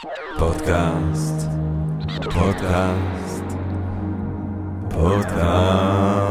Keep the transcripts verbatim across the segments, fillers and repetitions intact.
פודקאסט, פודקאסט, פודקאסט.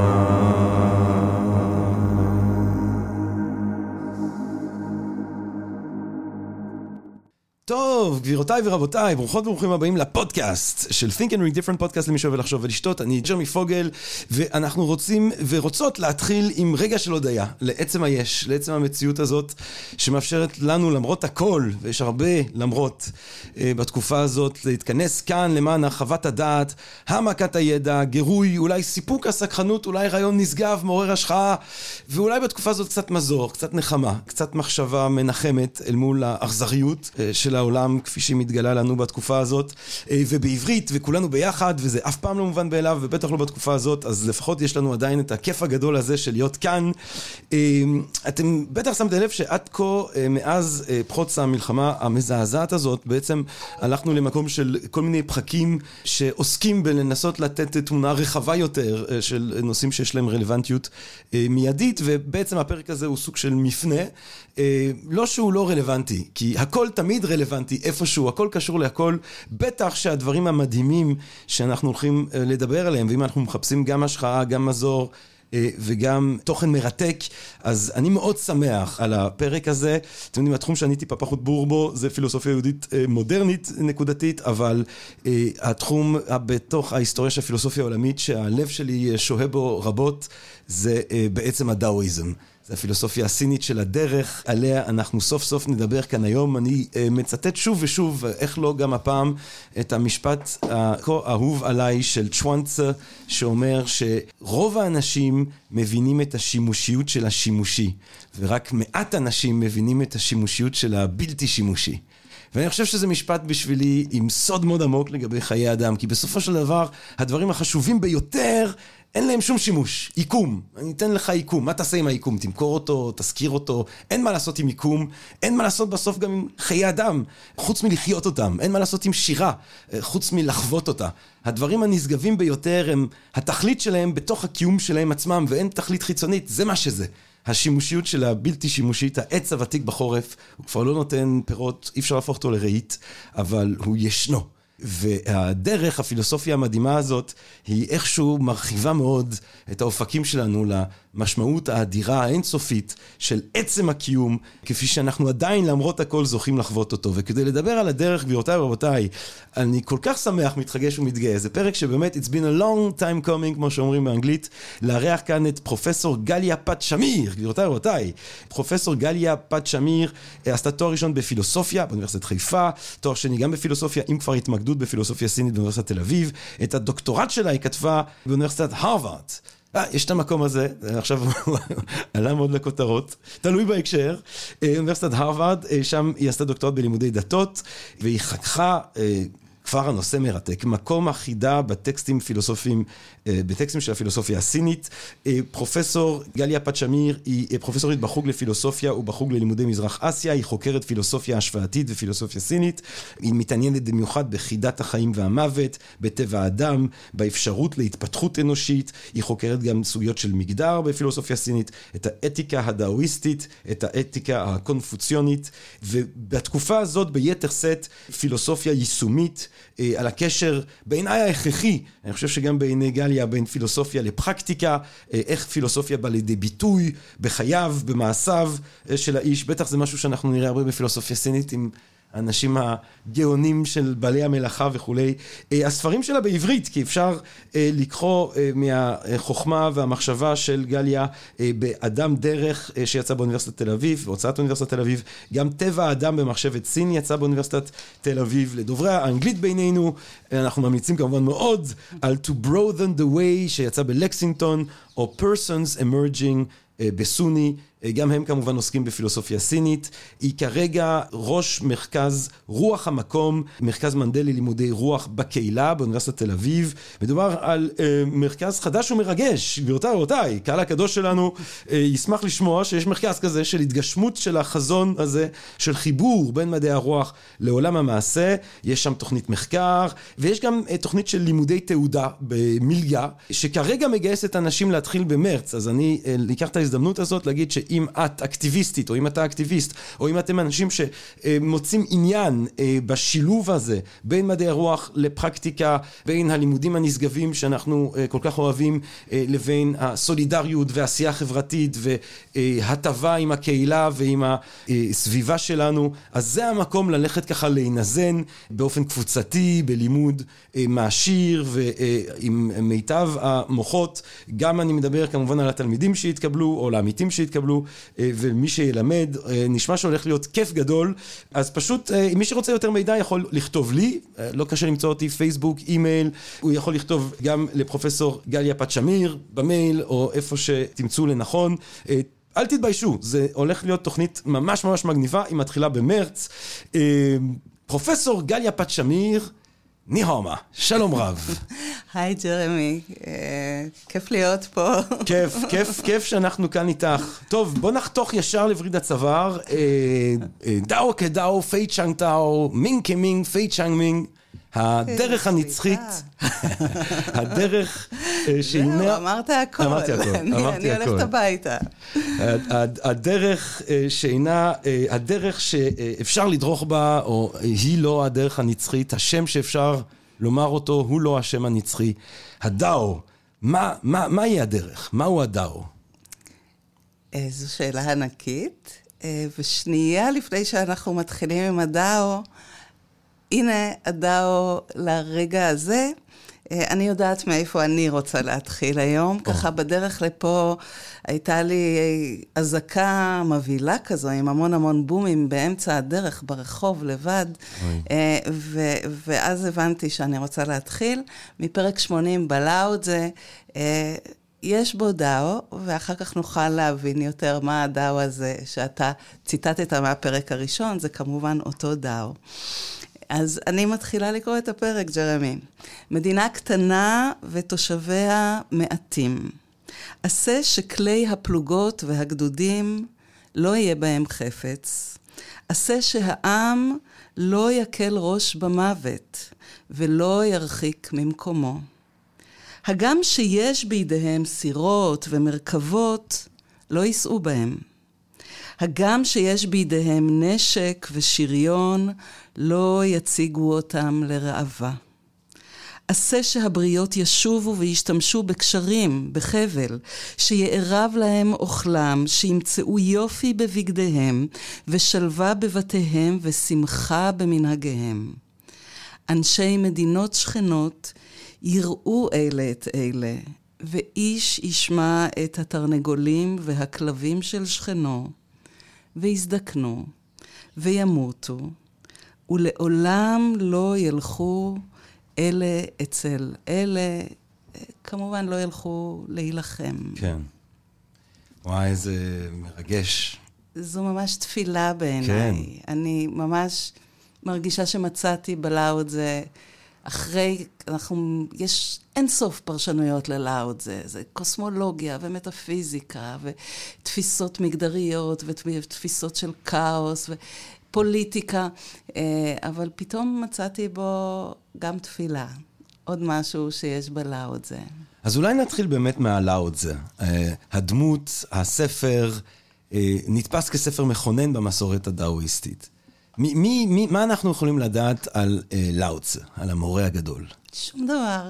טוב, גבירותיי ורבותיי, ברוכות וברוכים הבאים לפודקאסט של Think and Read Different, פודקאסט למי שאוהב לחשוב ולשתות. אני ג'רמי פוגל, ואנחנו רוצים ורוצות להתחיל עם רגע של הודיה, לעצם היש, לעצם המציאות הזאת, שמאפשרת לנו למרות הכל, ויש הרבה למרות בתקופה הזאת, להתכנס כאן למען הרחבת הדעת, העמקת הידע, גירוי, אולי סיפוק הסקחנות, אולי רעיון נשגב, מעורר השחאה, ואולי בתקופה הזאת קצת מזור, קצת נחמה, קצת מחשבה מנחמת אל מול האכזריות של העולם כפי שהיא מתגלה לנו בתקופה הזאת, ובעברית, וכולנו ביחד, וזה אף פעם לא מובן באליו, ובטח לא בתקופה הזאת, אז לפחות יש לנו עדיין את הכיף הגדול הזה של להיות כאן. אתם בטח שמתם לב שעד כה, מאז פרוץ המלחמה המזעזעת הזאת, בעצם הלכנו למקום של כל מיני פחקים שעוסקים בלנסות לתת תמונה רחבה יותר של נושאים שיש להם רלוונטיות מיידית, ובעצם הפרק הזה הוא סוג של מפנה, לא שהוא לא רלוונטי, כי הכל תמיד רלוונטי איפשהו, הכל קשור להכל, בטח שהדברים המדהימים שאנחנו הולכים לדבר עליהם, ואם אנחנו מחפשים גם השחאה, גם מזור, וגם תוכן מרתק, אז אני מאוד שמח על הפרק הזה. אתם יודעים, התחום שאני טיפה פחות בור בו, זה פילוסופיה יהודית מודרנית נקודתית, אבל התחום בתוך ההיסטוריה של הפילוסופיה העולמית, שהלב שלי שוהה בו רבות, זה בעצם הדאואיזם. זה הפילוסופיה הסינית של הדרך, עליה אנחנו סוף סוף נדבר כאן היום. אני מצטט שוב ושוב, איך לא גם הפעם, את המשפט הכה אהוב עליי של צ'ואנצה, שאומר שרוב האנשים מבינים את השימושיות של השימושי, ורק מעט אנשים מבינים את השימושיות של הבלתי שימושי. ואני חושב שזה משפט בשבילי עם סוד מאוד עמוק לגבי חיי אדם, כי בסופו של דבר, הדברים החשובים ביותר, אין להם שום שימוש, עיקום. אני אתן לך עיקום, מה תעשה עם העיקום? תמכור אותו, תזכיר אותו, אין מה לעשות עם עיקום, אין מה לעשות בסוף גם עם חיי אדם, חוץ מלחיות אותם, אין מה לעשות עם שירה, חוץ מלחוות אותה. הדברים הנשגבים ביותר הם, התכלית שלהם בתוך הקיום שלהם עצמם, ואין תכלית חיצונית, זה מה שזה. השימושיות של הבלתי שימושית, העץ הוותיק בחורף, הוא כבר לא נותן פירות, אי אפשר להפוך אותו לרהיט, אבל הוא ישנו. והדרך, הפילוסופיה המדהימה הזאת, היא איכשהו מרחיבה מאוד את האופקים שלנו למשמעות האדירה האינסופית של עצם הקיום, כפי שאנחנו עדיין למרות הכל זוכים לחוות אותו. וכדי לדבר על הדרך, גבירותיי ורבותיי, אני כל כך שמח, מתרגש ומתגאה. זה פרק שבאמת, it's been a long time coming, כמו שאומרים באנגלית, לארח כאן את פרופסור גליה פת שמיר, גבירותיי ורבותיי. פרופסור גליה פת שמיר עשתה תואר ראשון בפילוסופיה, באוניברסיטת חיפה, תואר שני גם בפילוסופיה, אם כבר התמקדות בפילוסופיה סינית באוניברסיטת תל אביב. את הדוקטורט שלה היא כתבה באוניברסיטת הרווארד. אה, יש את המקום הזה, עכשיו עלה מאוד לכותרות, תלוי בהקשר. אוניברסיטת הרווארד, שם היא עשתה דוקטורט בלימודי דתות, והיא חככה כבר הנושא מרתק, מקום החידה בטקסטים פילוסופיים, בטקסטים של הפילוסופיה הסינית. פרופסור גליה פת שמיר היא פרופסורית בחוג לפילוסופיה ובחוג ללימודי מזרח אסיה, היא חוקרת פילוסופיה השוואתית ופילוסופיה סינית, היא מתעניינת במיוחד בחידת החיים והמוות, בטבע האדם, באפשרות להתפתחות אנושית, היא חוקרת גם סוגיות של מגדר בפילוסופיה סינית, את האתיקה הדאואיסטית, את האתיקה הקונפוציונית, ובתקופה הזאת ביתר סט פילוסופיה יישומית, על הקשר בעיניי ההכרחי, אני חושב שגם בעיני גליה, בין פילוסופיה לפרקטיקה, איך פילוסופיה בא לידי ביטוי בחייו, במעשיו של האיש. בטח זה משהו שאנחנו נראה הרבה בפילוסופיה סינית עם האנשים הגאונים של בעלי המלאכה וכולי. הספרים שלה בעברית, כי אפשר לקרוא מהחוכמה והמחשבה של גליה באדם דרך שיצא באוניברסיטת תל אביב, בהוצאת אוניברסיטת תל אביב, גם טבע האדם במחשבת סין יצא באוניברסיטת תל אביב. לדוברי האנגלית בינינו, אנחנו ממליצים כמובן מאוד על To Broaden the Way שיצא בלקסינגטון, או Persons Emerging בסוני, גם הם כמובן עוסקים בפילוסופיה סינית. היא כרגע ראש מרכז רוח המקום, מרכז מנדל ללימודי רוח בקהילה באוניברסיטת תל אביב. מדובר על אה, מרכז חדש ומרגש, גבירותיי ורבותיי, קהל הקדוש שלנו אה, ישמח לשמוע שיש מרכז כזה של התגשמות של החזון הזה, של חיבור בין מדעי הרוח לעולם המעשה. יש שם תוכנית מחקר, ויש גם אה, תוכנית של לימודי תעודה במיליה, שכרגע מגייסת אנשים להתחיל במרץ. אז אני אה, אקח את ההזדמנות הזאת להגיד ש שאם את אקטיביסטית, או אם אתה אקטיביסט, או אם אתם אנשים שמוצאים עניין בשילוב הזה, בין מדעי הרוח לפרקטיקה, בין הלימודים הנשגבים שאנחנו כל כך אוהבים, לבין הסולידריות והעשייה החברתית, והטבה עם הקהילה ועם הסביבה שלנו, אז זה המקום ללכת ככה להינזן באופן קבוצתי, בלימוד מעשיר ועם מיטב המוחות. גם אני מדבר כמובן על התלמידים שהתקבלו, או לעמיתים שהתקבלו, ומי שילמד, נשמע שהולך להיות כיף גדול. אז פשוט, מי שרוצה יותר מידע יכול לכתוב לי, לא קשה למצוא אותי, פייסבוק, אימייל, הוא יכול לכתוב גם לפרופסור גליה פת שמיר, במייל, או איפה שתמצאו לנכון. אל תתביישו, זה הולך להיות תוכנית ממש ממש מגניבה, היא מתחילה במרץ. פרופסור גליה פת שמיר, ניהומה, שלום רב. היי ג'רמי, כיף להיות פה. כיף, כיף, כיף שאנחנו כאן איתך. טוב, בוא נחתוך ישר לוריד הצוואר. דאו כדאו, פי צ'אנג טאו, מינג כמינג, פי צ'אנג מינג. הדרך הנצחית, הדרך שהנה... זהו, אמרת הכל. אמרתי הכל, אמרתי אני הולכת הביתה. הדרך שאינה, הדרך שאפשר לדרוך בה, או היא לא הדרך הנצחית, השם שאפשר לומר אותו, הוא לא השם הנצחי. הדאו, מהי הדרך? מהו הדאו? זו שאלה ענקית, ושנייה לפני שאנחנו מתחילים עם הדאו, הנה הדאו לרגע הזה, אני יודעת מאיפה אני רוצה להתחיל היום, ככה בדרך לפה הייתה לי הזקה מבהילה כזו, עם המון המון בומים באמצע הדרך, ברחוב, לבד, ו- ואז הבנתי שאני רוצה להתחיל, מפרק שמונים בלאוד זה, יש בו דאו, ואחר כך נוכל להבין יותר מה הדאו הזה, שאתה ציטטת מהפרק הראשון, זה כמובן אותו דאו. אז אני מתחילה לקרוא את הפרק, ג'רמי. מדינה קטנה ותושביה מעטים. עשה שכלי הפלוגות והגדודים לא יהיה בהם חפץ. עשה שהעם לא יקל ראש במוות ולא ירחיק ממקומו. הגם שיש בידיהם סירות ומרכבות, לא ייסעו בהם. הגם שיש בידיהם נשק ושריון, לא יציגו אותם לרעבה. עשה שהבריות ישובו וישתמשו בקשרים, בחבל, שיערב להם אוכלם, שימצאו יופי בבגדיהם, ושלווה בבתיהם ושמחה במנהגיהם. אנשי מדינות שכנות יראו אלה את אלה, ואיש ישמע את התרנגולים והכלבים של שכנו, ויזדקנו, וימותו, ולעולם לא ילכו אלה אצל אלה, כמובן לא ילכו להילחם. כן. וואי, איזה מרגש. זו ממש תפילה בעיניי. כן. אני ממש מרגישה שמצאתי בלאוד זה, אחרי, אנחנו, יש אין סוף פרשנויות ללאוד זה, זה קוסמולוגיה ומטאפיזיקה ותפיסות מגדריות ותפיסות של כאוס ופוליטיקה, אבל פתאום מצאתי בו גם תפילה, עוד משהו שיש בלאוד זה. אז אולי נתחיל באמת מהלאוד זה. הדמות, הספר, נתפס כספר מכונן במסורת הדאואיסטית. מי, מי, מי, מה אנחנו יכולים לדעת על אה, לאוצה, על המורה הגדול? שום דבר.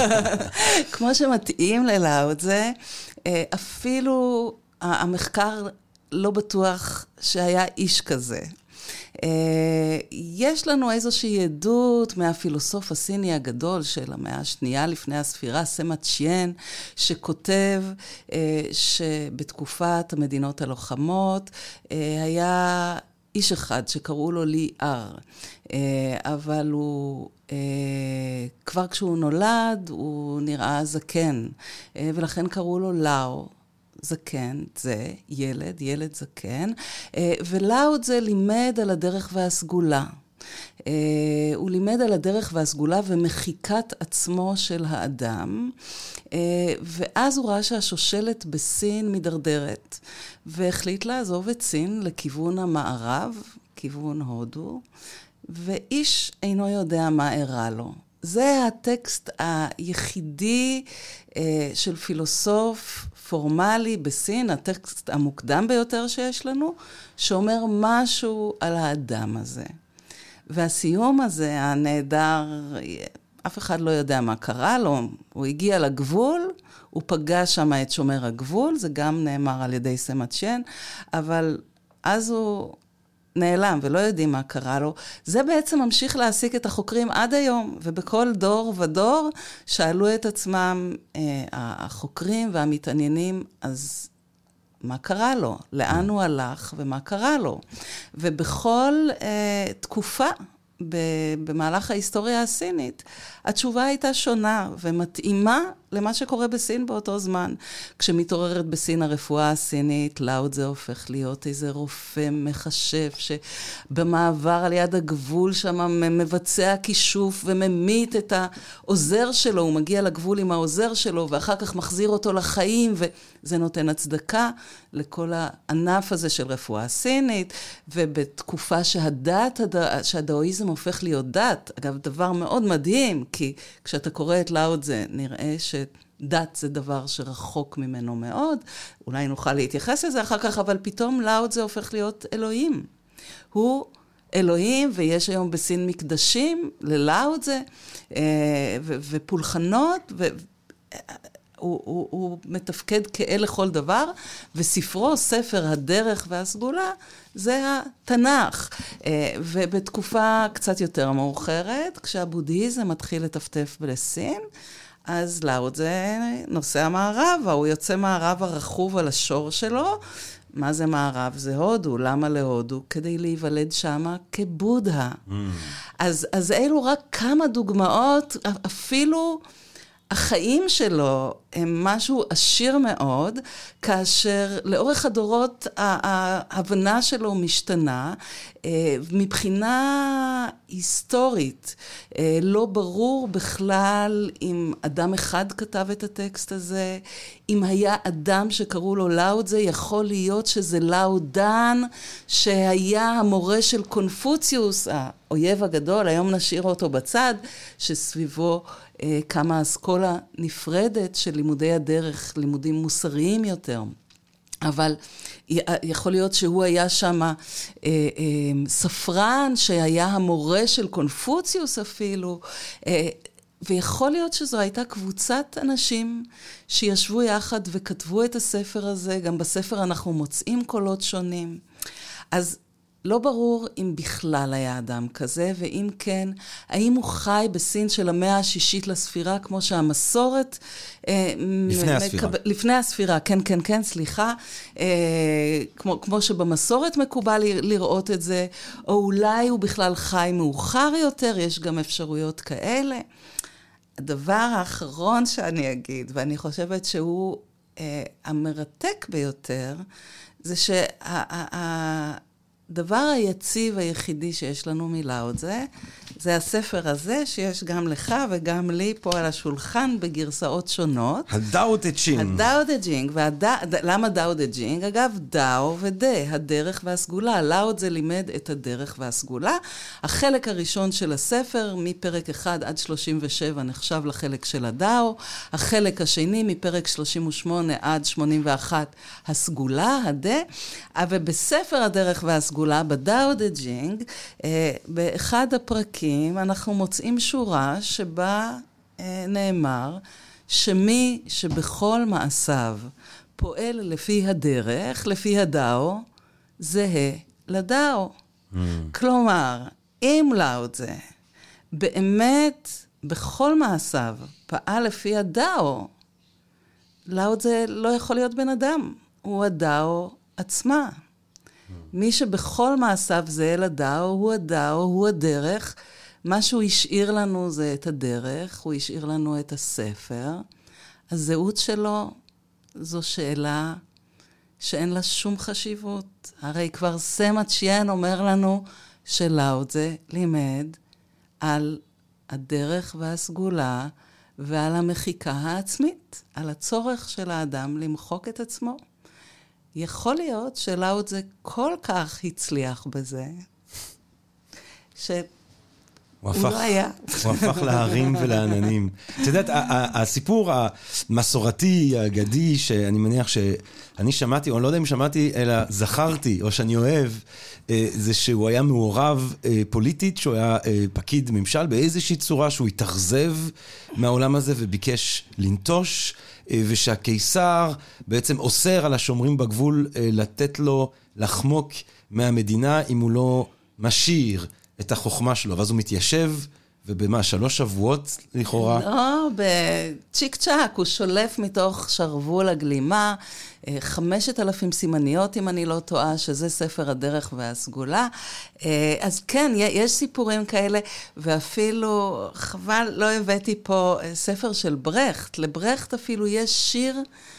כמו שמתאים ללאוצה, אה, אפילו המחקר לא בטוח שהיה איש כזה. אה, יש לנו איזושהי עדות מהפילוסוף הסיני הגדול של המאה השנייה לפני הספירה, סמה צ'יין, שכותב אה, שבתקופת המדינות הלוחמות אה, היה איש אחד שקראו לו לי אר, אבל הוא, כבר כשהוא נולד, הוא נראה זקן, ולכן קראו לו לאו, זקן, זה, ילד, ילד זקן, ולאו זה לימד על הדרך והסגולה. הוא לימד על הדרך והסגולה ומחיקת עצמו של האדם, ואז הוא ראה שהשושלת בסין מדרדרת, והחליט לעזוב את סין לכיוון המערב, כיוון הודו, ואיש אינו יודע מה אירע לו. זה הטקסט היחידי אה, של פילוסוף פורמלי בסין, הטקסט המוקדם ביותר שיש לנו, שאומר משהו על האדם הזה. והסיום הזה, הנהדר, אף אחד לא יודע מה קרה לו, הוא הגיע לגבול, הוא פגש שם את שומר הגבול, זה גם נאמר על ידי סמצ'יין, אבל אז הוא נעלם ולא יודעים מה קרה לו. זה בעצם ממשיך להעסיק את החוקרים עד היום, ובכל דור ודור שאלו את עצמם אה, החוקרים והמתעניינים, אז מה קרה לו? לאן הוא הלך ומה קרה לו? ובכל אה, תקופה, במהלך ההיסטוריה הסינית, התשובה הייתה שונה ומתאימה למה שקורה בסין באותו זמן. כשמתעוררת בסין הרפואה הסינית, לאו זה הופך להיות איזה רופא מחשב שבמעבר על יד הגבול שם מבצע כישוף וממית את העוזר שלו, הוא מגיע לגבול עם העוזר שלו ואחר כך מחזיר אותו לחיים, וזה נותן הצדקה לכל הענף הזה של רפואה סינית. ובתקופה שהדת, שהדאואיזם הופך להיות דת, אגב דבר מאוד מדהים, כי כשאתה קורא את לאו זה נראה שדת זה דבר שרחוק ממנו מאוד, אולי נוכל להתייחס לזה אחר כך, אבל פתאום לאו זה הופך להיות אלוהים. הוא אלוהים, ויש היום בסין מקדשים ללאו זה, ופולחנות, ו... הוא, הוא, הוא מתפקד כאל לכל דבר, וספרו, ספר הדרך והסגולה, זה התנ"ך. ובתקופה קצת יותר מאוחרת, כשהבודהיזם מתחיל לטפטף בסין, אז לאו זה נושא המערב, הוא יוצא מערב הרכוב על השור שלו. מה זה מערב? זה הודו. למה להודו? כדי להיוולד שמה כבודה. Mm. אז, אז אלו רק כמה דוגמאות, אפילו החיים שלו הם משהו עשיר מאוד, כאשר לאורך הדורות ההבנה שלו משתנה. מבחינה היסטורית, לא ברור בכלל אם אדם אחד כתב את הטקסט הזה, אם היה אדם שקראו לו לאו זה, יכול להיות שזה לאו דן, שהיה המורה של קונפוציוס, האויב הגדול, היום נשאיר אותו בצד, שסביבו כמה אסכולה נפרדת של לימודי הדרך, לימודים מוסריים יותר. אבל יכול להיות שהוא היה שם אה, אה, ספרן, שהיה המורה של קונפוציוס אפילו, אה, ויכול להיות שזו הייתה קבוצת אנשים שישבו יחד וכתבו את הספר הזה, גם בספר אנחנו מוצאים קולות שונים. אז לא ברור אם בכלל היה אדם כזה, ואם כן, האם הוא חי בסין של המאה השישית לספירה, כמו שהמסורת... לפני הספירה. מקב... לפני הספירה, כן, כן, כן, סליחה. כמו, כמו שבמסורת מקובל לראות את זה, או אולי הוא בכלל חי מאוחר יותר, יש גם אפשרויות כאלה. הדבר האחרון שאני אגיד, ואני חושבת שהוא המרתק ביותר, זה שה... הדבר היציב היחידי שיש לנו מלאו זה, זה הספר הזה שיש גם לך וגם לי פה על השולחן בגרסאות שונות. הדאו דה ג'ינג. הדאו דה ג'ינג, למה דאו דה ג'ינג? אגב, דאו ודה, הדרך והסגולה. לאו זה לימד את הדרך והסגולה. החלק הראשון של הספר, מפרק אחד עד שלושים ושבע, נחשב לחלק של הדאו. החלק השני, מפרק שלושים ושמונה עד שמונים ואחת, הסגולה, הדה. ובספר הדרך והסגולה, בדאו דה ג'ינג, באחד הפרקים אנחנו מוצאים שורה שבה נאמר שמי שבכל מעשיו פועל לפי הדרך, לפי הדאו, זהה לדאו. Mm. כלומר, אם לאו זה באמת בכל מעשיו פעל לפי הדאו, לאו זה לא יכול להיות בן אדם, הוא הדאו עצמה. מי שבכל מעשיו זה לדאו, הוא הדאו, הוא הדרך. מה שהוא השאיר לנו זה את הדרך, הוא השאיר לנו את הספר. הזהות שלו זו שאלה שאין לה שום חשיבות. הרי כבר סמצ'יין אומר לנו שלאו זה לימד על הדרך והסגולה ועל המחיקה העצמית, על הצורך של האדם למחוק את עצמו. יכול להיות שלאו זה כל כך הצליח בזה, הוא לא היה. הוא הפך להרים ולעננים. את יודעת, הסיפור המסורתי, האגדי, שאני מניח שאני שמעתי, או אני לא יודע אם שמעתי, אלא זכרתי, או שאני אוהב, זה שהוא היה מעורב פוליטית, שהוא היה פקיד ממשל, באיזושהי צורה שהוא התאכזב מהעולם הזה וביקש לנטוש, ושהקיסר בעצם אוסר על השומרים בגבול לתת לו לחמוק מהמדינה אם הוא לא משאיר את החוכמה שלו. ואז הוא מתיישב, ובמה, שלוש שבועות לכאורה? לא, בצ'יק צ'ק, הוא שולף מתוך שרוול הגלימה, חמשת אלפים סימניות, אם אני לא טועה, שזה ספר הדרך והסגולה. אז כן, יש סיפורים כאלה, ואפילו, חבל, לא הבאתי פה ספר של ברכט. לברכט אפילו יש שיר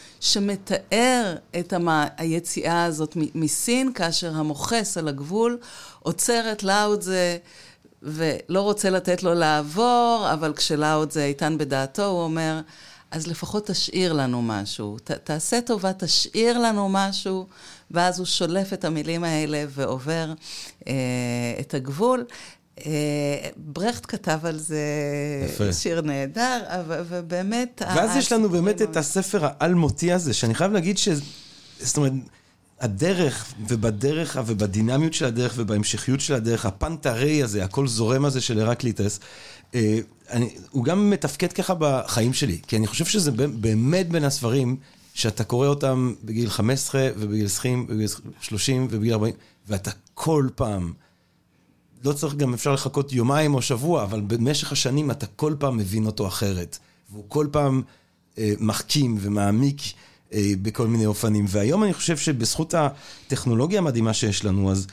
שמתאר את היציאה הזאת מסין, כאשר המוחס על הגבול עוצר את לאו-צזה, ולא רוצה לתת לו לעבור, אבל כשלאו-צזה איתן בדעתו, הוא אומר, אז לפחות תשאיר לנו משהו, ת, תעשה טובה, תשאיר לנו משהו, ואז הוא שולף את המילים האלה ועובר אה, את הגבול. אה, ברכט כתב על זה יפה. שיר נהדר, ובאמת... ואז יש לנו באמת את הספר האלמותי הזה, שאני חייב להגיד ש... זאת אומרת, הדרך, ובדרך, ובדינמיות של הדרך, ובהמשכיות של הדרך, הפנטרי הזה, הכל זורם הזה של הרקליטס, אה, אני, הוא גם מתפקד ככה בחיים שלי, כי אני חושב שזה באמת בין הספרים, שאתה קורא אותם בגיל חמש עשרה, ובגיל עשרים, ובגיל שלושים, ובגיל ארבעים, ואתה כל פעם, לא צריך גם אפשר לחכות יומיים או שבוע, אבל במשך השנים אתה כל פעם מבין אותו אחרת, והוא כל פעם אה, מחכים ומעמיק, בכל מיני אופנים. והיום אני חושב שבזכות הטכנולוגיה המדהימה שיש לנו, אז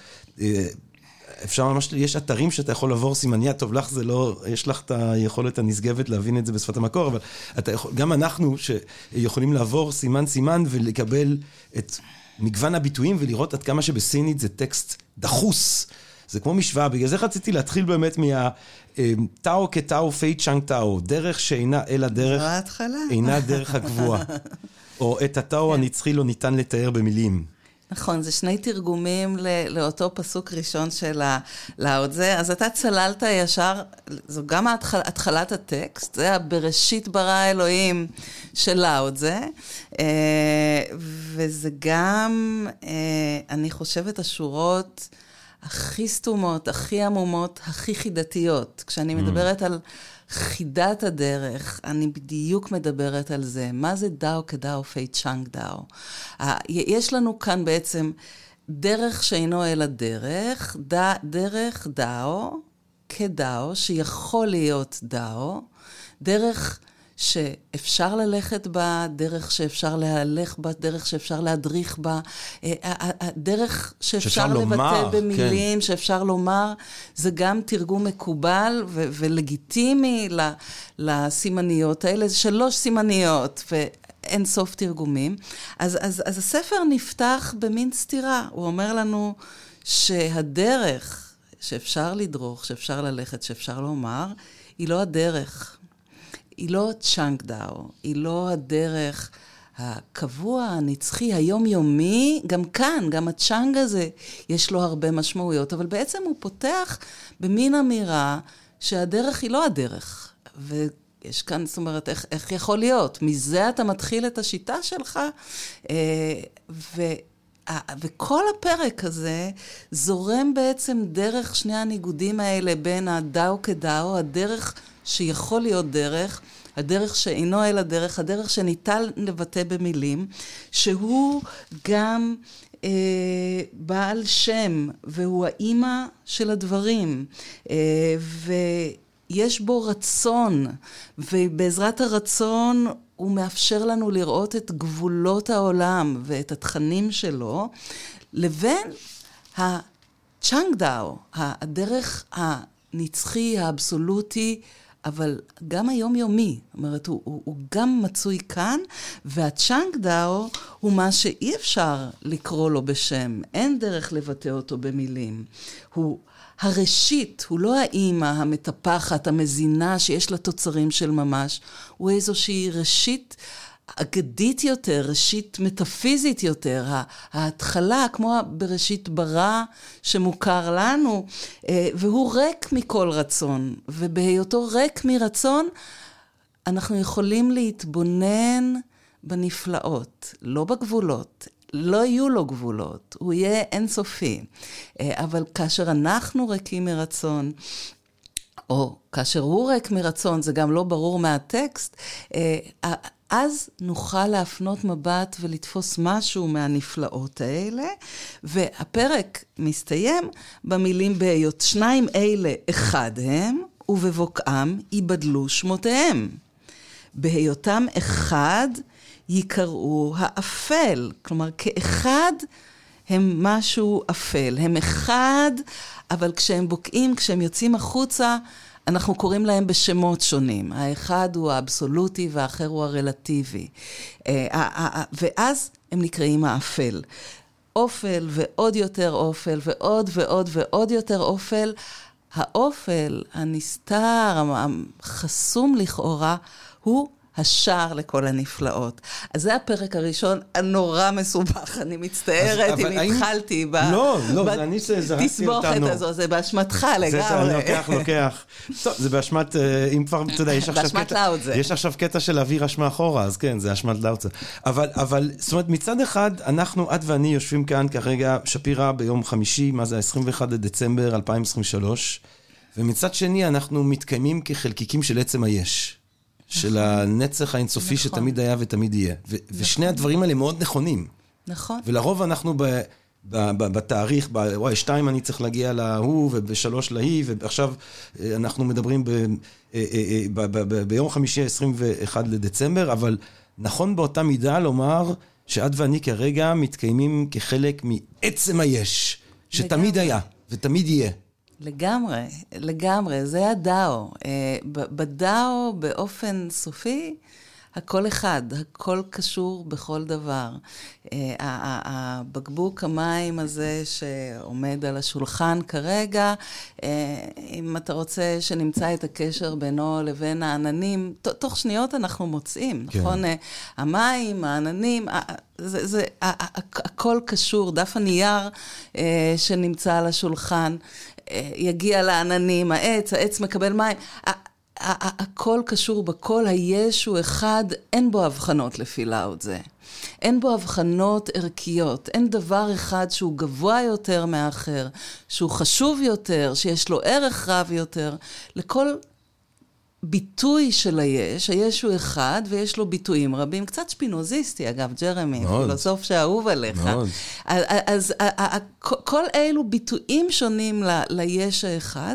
אפשר ממש, יש אתרים שאתה יכול לעבור סימניה, טוב לך זה לא, יש לך את היכולת הנשגבת להבין את זה בשפת המקור, אבל אתה יכול, גם אנחנו שיכולים לעבור סימן סימן ולקבל את מגוון הביטויים ולראות עד כמה שבסינית זה טקסט דחוס. זה כמו משוואה, בגלל זה רציתי להתחיל באמת מה... טאו כטאו פי צ'אנג טאו, דרך שאינה אלא דרך, אינה דרך הקבועה. או את הטאו הנצחי לא ניתן לתאר במילים. נכון, זה שני תרגומים לאותו פסוק ראשון של לאו-צזה, אז אתה צללת ישר, זו גם התחלת הטקסט, זה הבראשית ברא אלוהים של לאו-צזה, וזה גם, אני חושבת, השורות הכי סתומות, הכי עמומות, הכי חידתיות. כשאני מדברת על חידת הדרך, אני בדיוק מדברת על זה. מה זה דאו כדאו פי צ'אנג דאו? יש לנו כאן בעצם דרך שאינו אלא דרך, דרך דאו, כדאו, שיכול להיות דאו, דרך שאפשר ללכת בה, דרך שאפשר להלך בה, דרך שאפשר להדריך בה, דרך שאפשר לבטא במילים, שאפשר לומר, זה גם תרגום מקובל ו- ולגיטימי לסימניות האלה, זה שלוש סימניות ואין סוף תרגומים. אז, אז, אז הספר נפתח במין סתירה, הוא אומר לנו שהדרך שאפשר לדרוך, שאפשר ללכת, שאפשר לומר, היא לא הדרך. היא לא צ'אנג דאו, היא לא הדרך הקבוע, הנצחי, היומיומי, גם כאן, גם הצ'אנג הזה, יש לו הרבה משמעויות, אבל בעצם הוא פותח במין אמירה שהדרך היא לא הדרך. ויש כאן, זאת אומרת, איך, איך יכול להיות? מזה אתה מתחיל את השיטה שלך, ו... וכל הפרק הזה זורם בעצם דרך שני הניגודים האלה בין הדאו כדאו, הדרך שיכול להיות דרך, הדרך שאינו אלא דרך, הדרך שניתן לבטא במילים, שהוא גם אה, בעל שם, והוא האימא של הדברים, אה, ויש בו רצון, ובעזרת הרצון הוא מאפשר לנו לראות את גבולות העולם ואת התכנים שלו, לבין הצ'אנג דאו, הדרך הנצחי, האבסולוטי, אבל גם היומיומי, זאת אומרת, הוא, הוא, הוא גם מצוי כאן, והצ'אנג דאו הוא מה שאי אפשר לקרוא לו בשם, אין דרך לבטא אותו במילים. הוא הראשית, הוא לא האימא המטפחת, המזינה שיש לה תוצרים של ממש, הוא איזושהי ראשית אגדית יותר, ראשית מטאפיזית יותר, ההתחלה, כמו בראשית ברא שמוכר לנו, והוא ריק מכל רצון, ובהיותו ריק מרצון, אנחנו יכולים להתבונן בנפלאות, לא בגבולות, לא יהיו לו גבולות, הוא יהיה אינסופי, אבל כאשר אנחנו ריקים מרצון, או כאשר הוא ריק מרצון, זה גם לא ברור מהטקסט, אז נוכל להפנות מבט ולתפוס משהו מהנפלאות האלה, והפרק מסתיים במילים בהיות שניים אלה אחד הם, ובבוקעם ייבדלו שמותיהם. בהיותם אחד יקראו האפל, כלומר כאחד הם משהו אפל, הם אחד, אבל כשהם בוקעים, כשהם יוצאים החוצה, אנחנו קוראים להם בשמות שונים. האחד הוא האבסולוטי והאחר הוא הרלטיבי. ואז הם נקראים האפל. אופל ועוד יותר אופל ועוד ועוד ועוד יותר אופל. האופל, הנסתר, החסום לכאורה, הוא השער לכל הנפלאות. אז זה הפרק הראשון הנורא מסובך, אני מצטערת אם התחלתי בתסבוכת הזו, זה באשמתך לגמרי. זה לוקח, לוקח. טוב, זה באשמת, אם כבר, אתה יודע, יש עכשיו קטע של להביא רשמה אחורה, אז כן, זה אשמת לאוצה. אבל, זאת אומרת, מצד אחד, אנחנו, את ואני יושבים כאן כרגע, שפירא ביום חמישי, מה זה, עשרים ואחד לדצמבר אלפיים עשרים ושלוש, ומצד שני, אנחנו מתקיימים כחלקיקים של עצם היש. של הנצח האינסופי שתמיד היה ותמיד יהיה. ושני הדברים האלה מאוד נכונים. נכון. ולרוב אנחנו בתאריך, וואי, שתיים אני צריך להגיע להוא, ובשלוש להיא, ועכשיו אנחנו מדברים ביום חמישי עשרים ואחד לדצמבר, אבל נכון באותה מידה לומר שאת ואני כרגע מתקיימים כחלק מעצם היש, שתמיד היה ותמיד יהיה. לגמרי, לגמרי, זה הדאו. בדאו באופן סופי, הכל אחד, הכל קשור בכל דבר. הבקבוק המים הזה שעומד על השולחן כרגע, אם אתה רוצה שנמצא את הקשר בינו לבין העננים, תוך שניות אנחנו מוצאים, נכון? המים, העננים, זה, זה, הכל קשור, דף הנייר שנמצא על השולחן, יגיע לעננים, העץ, העץ מקבל מים, הכל קשור בכל, היש הוא אחד, אין בו הבחנות לפי לאוד זה. אין בו הבחנות ערכיות, אין דבר אחד שהוא גבוה יותר מאחר, שהוא חשוב יותר, שיש לו ערך רב יותר. לכל ביטוי של היש, היש הוא אחד ויש לו ביטויים רבים, קצת שפינוזיסטי אגב, ג'רמי, פילוסוף שאהוב עליך. מאוד. אז כל אלו ביטויים שונים ליש האחד,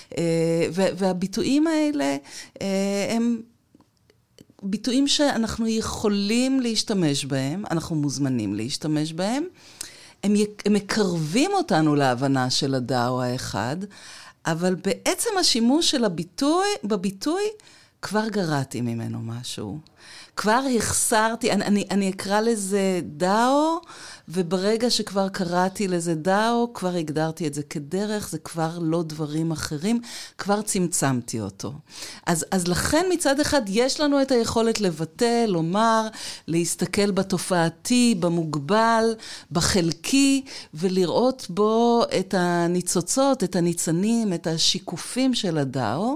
והביטויים האלה הם ביטויים שאנחנו יכולים להשתמש בהם, אנחנו מוזמנים להשתמש בהם, הם מקרבים אותנו להבנה של הדאו האחד, אבל בעצם השימוש של הביטוי, בביטוי, כבר גרעתי ממנו משהו. כבר החסרתי, אני, אני, אני אקרא לזה דאו, וברגע שכבר קראתי לזה דאו, כבר הגדרתי את זה כדרך, זה כבר לא דברים אחרים, כבר צמצמתי אותו. אז, אז לכן מצד אחד יש לנו את היכולת לבטא, לומר, להסתכל בתופעתי, במוגבל, בחלקי, ולראות בו את הניצוצות, את הניצנים, את השיקופים של הדאו,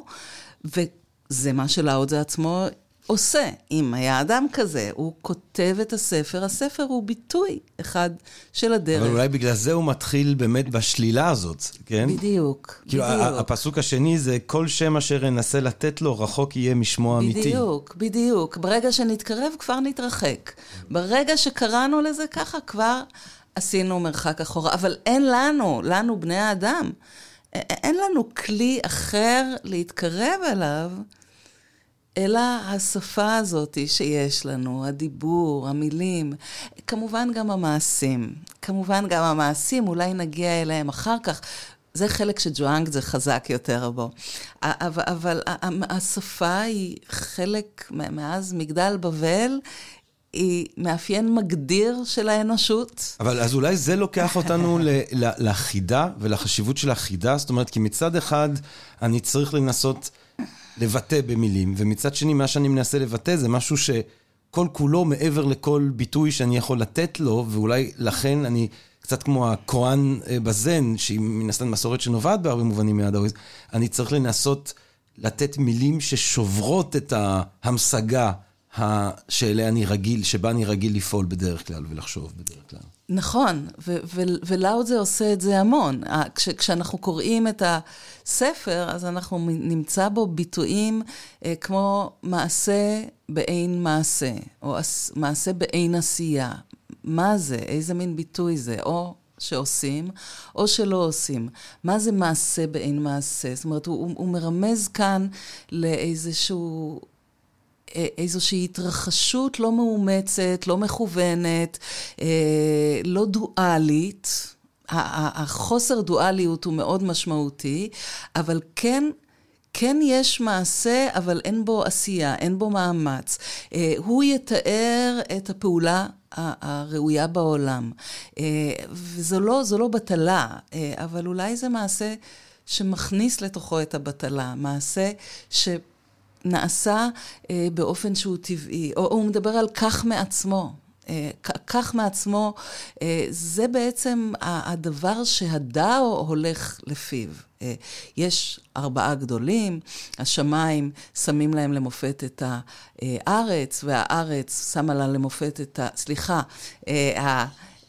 וזה מה שלאוד זה עצמו עושה. אם היה אדם כזה, הוא כותב את הספר, הספר הוא ביטוי אחד של הדרך. אבל אולי בגלל זה הוא מתחיל באמת בשלילה הזאת, כן? בדיוק, כאילו, בדיוק. הפסוק השני זה, כל שם אשר אנסה לתת לו, רחוק יהיה משמו אמיתי. בדיוק, בדיוק. ברגע שנתקרב, כבר נתרחק. ברגע שקראנו לזה ככה, כבר עשינו מרחק אחורה. אבל אין לנו, לנו בני האדם, אין לנו כלי אחר להתקרב אליו, אלא השפה הזאת שיש לנו, הדיבור, המילים, כמובן גם המעשים. כמובן גם המעשים, אולי נגיע אליהם אחר כך. זה חלק שג'ואנג זה חזק יותר בו. אבל, אבל השפה היא חלק, מאז מגדל בבל, היא מאפיין מגדיר של האנושות. אבל אז אולי זה לוקח אותנו לחידה ולחשיבות של החידה, זאת אומרת, כי מצד אחד אני צריך לנסות לבטא במילים, ומצד שני מה שאני מנסה לבטא זה משהו כל כולו מעבר לכל ביטוי שאני יכול לתת לו, ואולי לכן אני קצת כמו הכהן בזן, שהיא מן הסתם מסורת שנובעת בהרבה מובנים מהדאואיזם, אני צריך לנסות לתת מילים ששוברות את ההמשגה שאליה אני רגיל, שבה אני רגיל לפעול בדרך כלל ולחשוב בדרך כלל. נכון, ולאו זה עושה את זה המון. כש, כשאנחנו קוראים את הספר, אז אנחנו נמצא בו ביטויים אה, כמו מעשה באין מעשה, או מעשה באין עשייה. מה זה? איזה מין ביטוי זה? או שעושים, או שלא עושים. מה זה מעשה באין מעשה? זאת אומרת, הוא, הוא מרמז כאן לאיזשהו... איזושהי התרחשות לא מאומצת, לא מכוונת, לא דואלית. החוסר דואליות הוא מאוד משמעותי, אבל כן, כן יש מעשה, אבל אין בו עשייה, אין בו מאמץ. הוא יתאר את הפעולה הראויה בעולם. וזו לא, זו לא בטלה, אבל אולי זה מעשה שמכניס לתוכו את הבטלה, מעשה ש... נעשה אה, באופן שהוא טבעי, או, או הוא מדבר על כך מעצמו. אה, כך מעצמו, אה, זה בעצם הדבר שהדאו הולך לפיו. אה, יש ארבעה גדולים, השמיים שמים להם למופת את הארץ, והארץ שמה לה למופת את ה... סליחה, אה,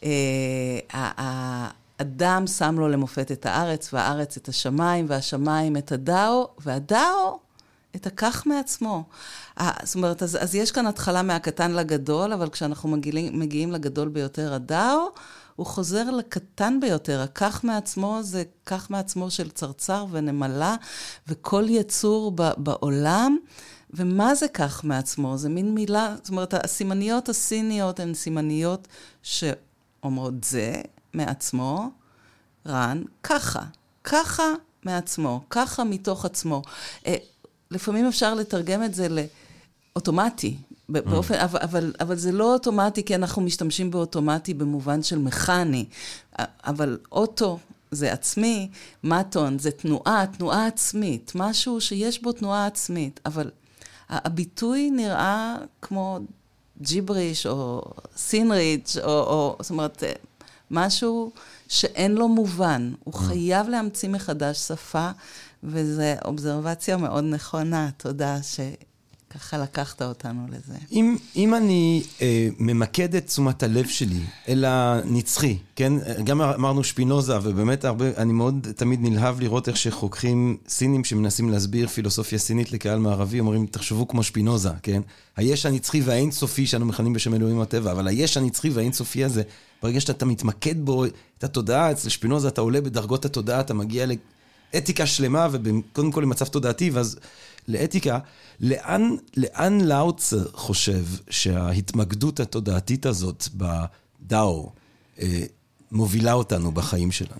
האדם שם לו למופת את הארץ, והארץ את השמיים, והשמיים את הדאו, והדאו את הכך מעצמו. זאת אומרת, אז, אז יש כאן התחלה מהקטן לגדול, אבל כשאנחנו מגיעים, מגיעים לגדול ביותר, הדאו, הוא חוזר לקטן ביותר. הכך מעצמו זה כך מעצמו של צרצר ונמלה, וכל יצור ב, בעולם. ומה זה כך מעצמו? זה מין מילה, זאת אומרת, הסימניות הסיניות הן סימניות שאומרות זה מעצמו, רן, ככה, ככה מעצמו, ככה מתוך עצמו. לפעמים אפשר לתרגם את זה לאוטומטי, באופן, אבל, אבל, אבל זה לא אוטומטי, כי אנחנו משתמשים באוטומטי במובן של מכני, אבל אוטו זה עצמי, מטון זה תנועה, תנועה עצמית, משהו שיש בו תנועה עצמית, אבל הביטוי נראה כמו ג'יבריש או סינריץ', או, או זאת אומרת, משהו שאין לו מובן, הוא חייב להמציא מחדש שפה, וזו אובזרבציה מאוד נכונה, תודה שככה לקחת אותנו לזה. אם, אם אני אה, ממקד את תשומת הלב שלי אל הנצחי, כן? גם אמרנו שפינוזה, ובאמת הרבה, אני מאוד תמיד נלהב לראות איך שחוקרים סינים שמנסים להסביר פילוסופיה סינית לקהל מערבי, אומרים, תחשבו כמו שפינוזה, כן? היש הנצחי והאינסופי שאנו מכנים בשם אלוהים הטבע, אבל היש הנצחי והאינסופי הזה, ברגע שאתה מתמקד בו, את התודעה, אצל שפינוזה אתה עולה בדרגות התודעה, אתה מגיע ל... אתיקה שלמה, וקודם כל למצב תודעתי, ואז לאתיקה, לאן, לאן לאוצר חושב שההתמקדות התודעתית הזאת בדאו אה, מובילה אותנו בחיים שלנו?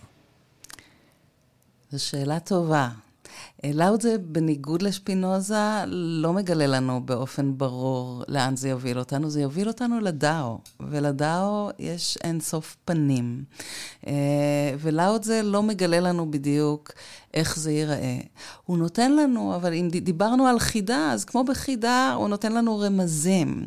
זו שאלה טובה. לאוצר, בניגוד לשפינוזה, לא מגלה לנו באופן ברור לאן זה יוביל אותנו. זה יוביל אותנו לדאו, ולדאו יש אינסוף פנים. ולאוצר לא מגלה לנו בדיוק איך זה ייראה. הוא נותן לנו, אבל אם דיברנו על חידה, אז כמו בחידה, הוא נותן לנו רמזים.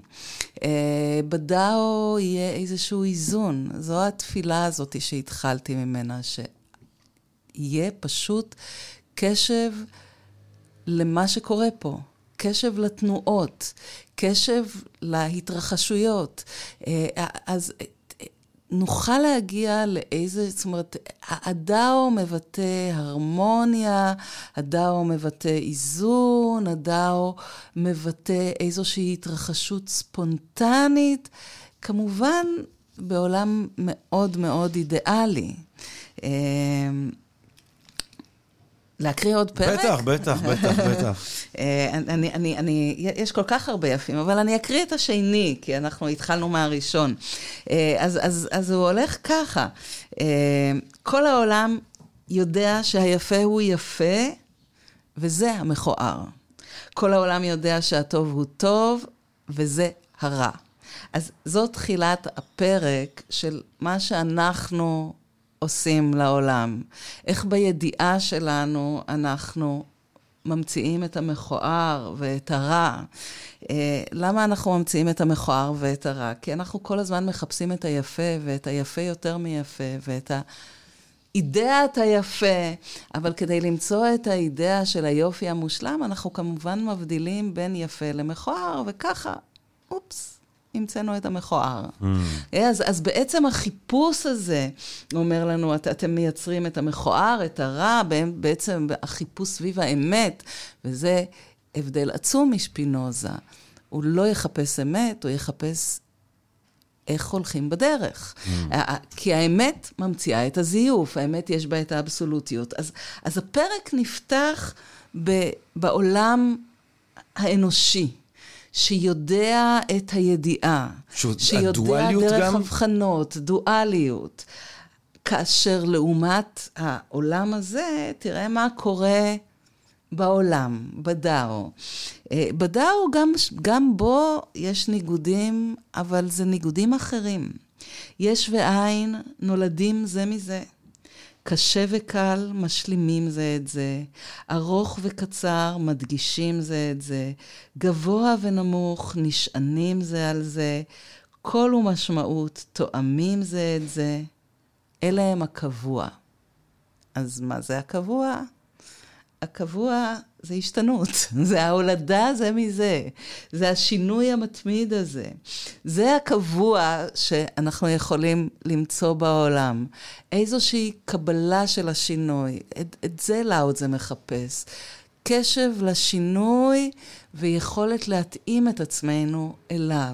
בדאו יהיה איזשהו איזון. זו התפילה הזאת שהתחלתי ממנה, שיהיה פשוט קשב למה שקורה פה, קשב לתנועות, קשב להתרחשויות. אז נוכל להגיע לאיזה, זאת אומרת, הדאו מבטא הרמוניה, הדאו מבטא איזון, הדאו מבטא איזושהי התרחשות ספונטנית, כמובן בעולם מאוד מאוד אידיאלי. להקריא עוד פרק? בטח, בטח, בטח, בטח. אני, אני, אני, יש כל כך הרבה יפים, אבל אני אקריא את השני, כי אנחנו התחלנו מהראשון. אז, אז, אז הוא הולך ככה. כל העולם יודע שהיפה הוא יפה, וזה המכוער. כל העולם יודע שהטוב הוא טוב, וזה הרע. אז זאת תחילת הפרק של מה שאנחנו עושים לעולם. איך בידיעה שלנו אנחנו ממציאים את המכוער ואת הרע. למה אנחנו ממציאים את המכוער ואת הרע? כי אנחנו כל הזמן מחפשים את היפה, ואת היפה יותר מיפה, ואת האידאת היפה. אבל כדי למצוא את האידאה של היופי המושלם, אנחנו כמובן מבדילים בין יפה למכוער, וככה, אופס. המצאנו את המכוער. Mm. אז, אז בעצם החיפוש הזה, אומר לנו, את, אתם מייצרים את המכוער, את הרע, בעצם החיפוש סביב האמת, וזה הבדל עצום משפינוזה. הוא לא יחפש אמת, הוא יחפש איך הולכים בדרך. Mm. כי האמת ממציאה את הזיוף, האמת יש בה את האבסולוטיות. אז, אז הפרק נפתח ב, בעולם האנושי, שיודע את הידיעה, שיודע דרך גם... הבחנות, דואליות. כאשר לעומת העולם הזה, תראה מה קורה בעולם, בדאו. בדאו גם, גם בו יש ניגודים, אבל זה ניגודים אחרים. יש ועין נולדים זה מזה. קשה וקל משלימים זה את זה, ארוך וקצר מדגישים זה את זה, גבוה ונמוך נשענים זה על זה, קול ומשמעות תואמים זה את זה, אלה הם הקבוע. אז מה זה הקבוע? הקבוע זה השתנות, זה ההולדה זה מזה, זה השינוי המתמיד הזה. זה הקבוע שאנחנו יכולים למצוא בעולם. איזושהי קבלה של השינוי, את, את זה לאוד זה מחפש. קשב לשינוי ויכולת להתאים את עצמנו אליו.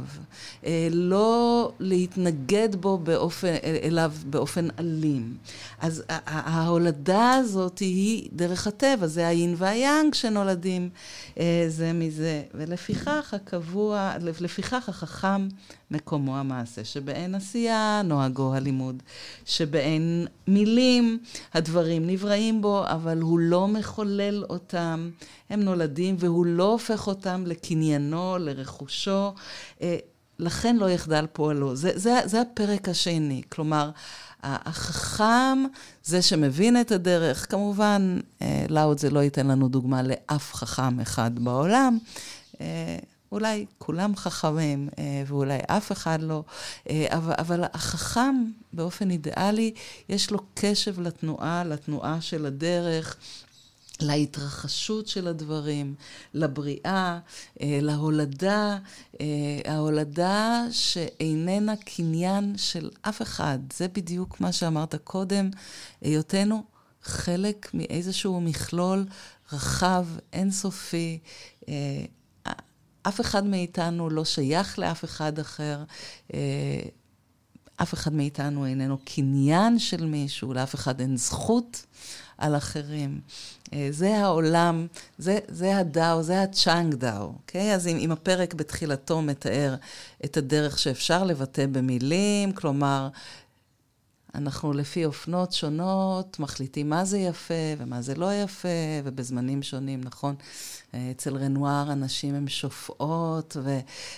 לא להתנגד בו באופן, אליו באופן אלים. אז ההולדה הזאת היא דרך הטבע, זה היין והיאנג שנולדים זה מזה. ולפיכך הקבוע, לפיכך החכם מקומו המעשה, שבאין עשייה נוהגו הלימוד, שבאין מילים הדברים נבראים בו, אבל הוא לא מחולל אותם, הם נולדים והוא לא הופך אותם לקניינו, לרכושו, לכן לא יחדל פועלו. זה, זה, זה הפרק השני, כלומר, החכם, זה שמבין את הדרך, כמובן, לאוד זה לא ייתן לנו דוגמה לאף חכם אחד בעולם, אולי כולם חכמים, ואולי אף אחד לא, אבל, אבל החכם באופן אידיאלי, יש לו קשב לתנועה, לתנועה של הדרך, להתרחשות של הדברים, לבריאה, להולדה, ההולדה שאיננה קניין של אף אחד. זה בדיוק מה שאמרת קודם, היותנו חלק מאיזשהו מכלול רחב, אינסופי, אף אחד מאיתנו לא שייך לאף אחד אחר, אף אחד מאיתנו איננו קניין של מישהו, לאף אחד אין זכות על אחרים. זה העולם, זה, זה הדאו, זה הצ'אנג דאו, אוקיי? אז אם, אם הפרק בתחילתו מתאר את הדרך שאפשר לבטא במילים, כלומר, אנחנו לפי אופנות שונות, מחליטים מה זה יפה ומה זה לא יפה, ובזמנים שונים, נכון? אצל רנואר אנשים הם שופעות, ו...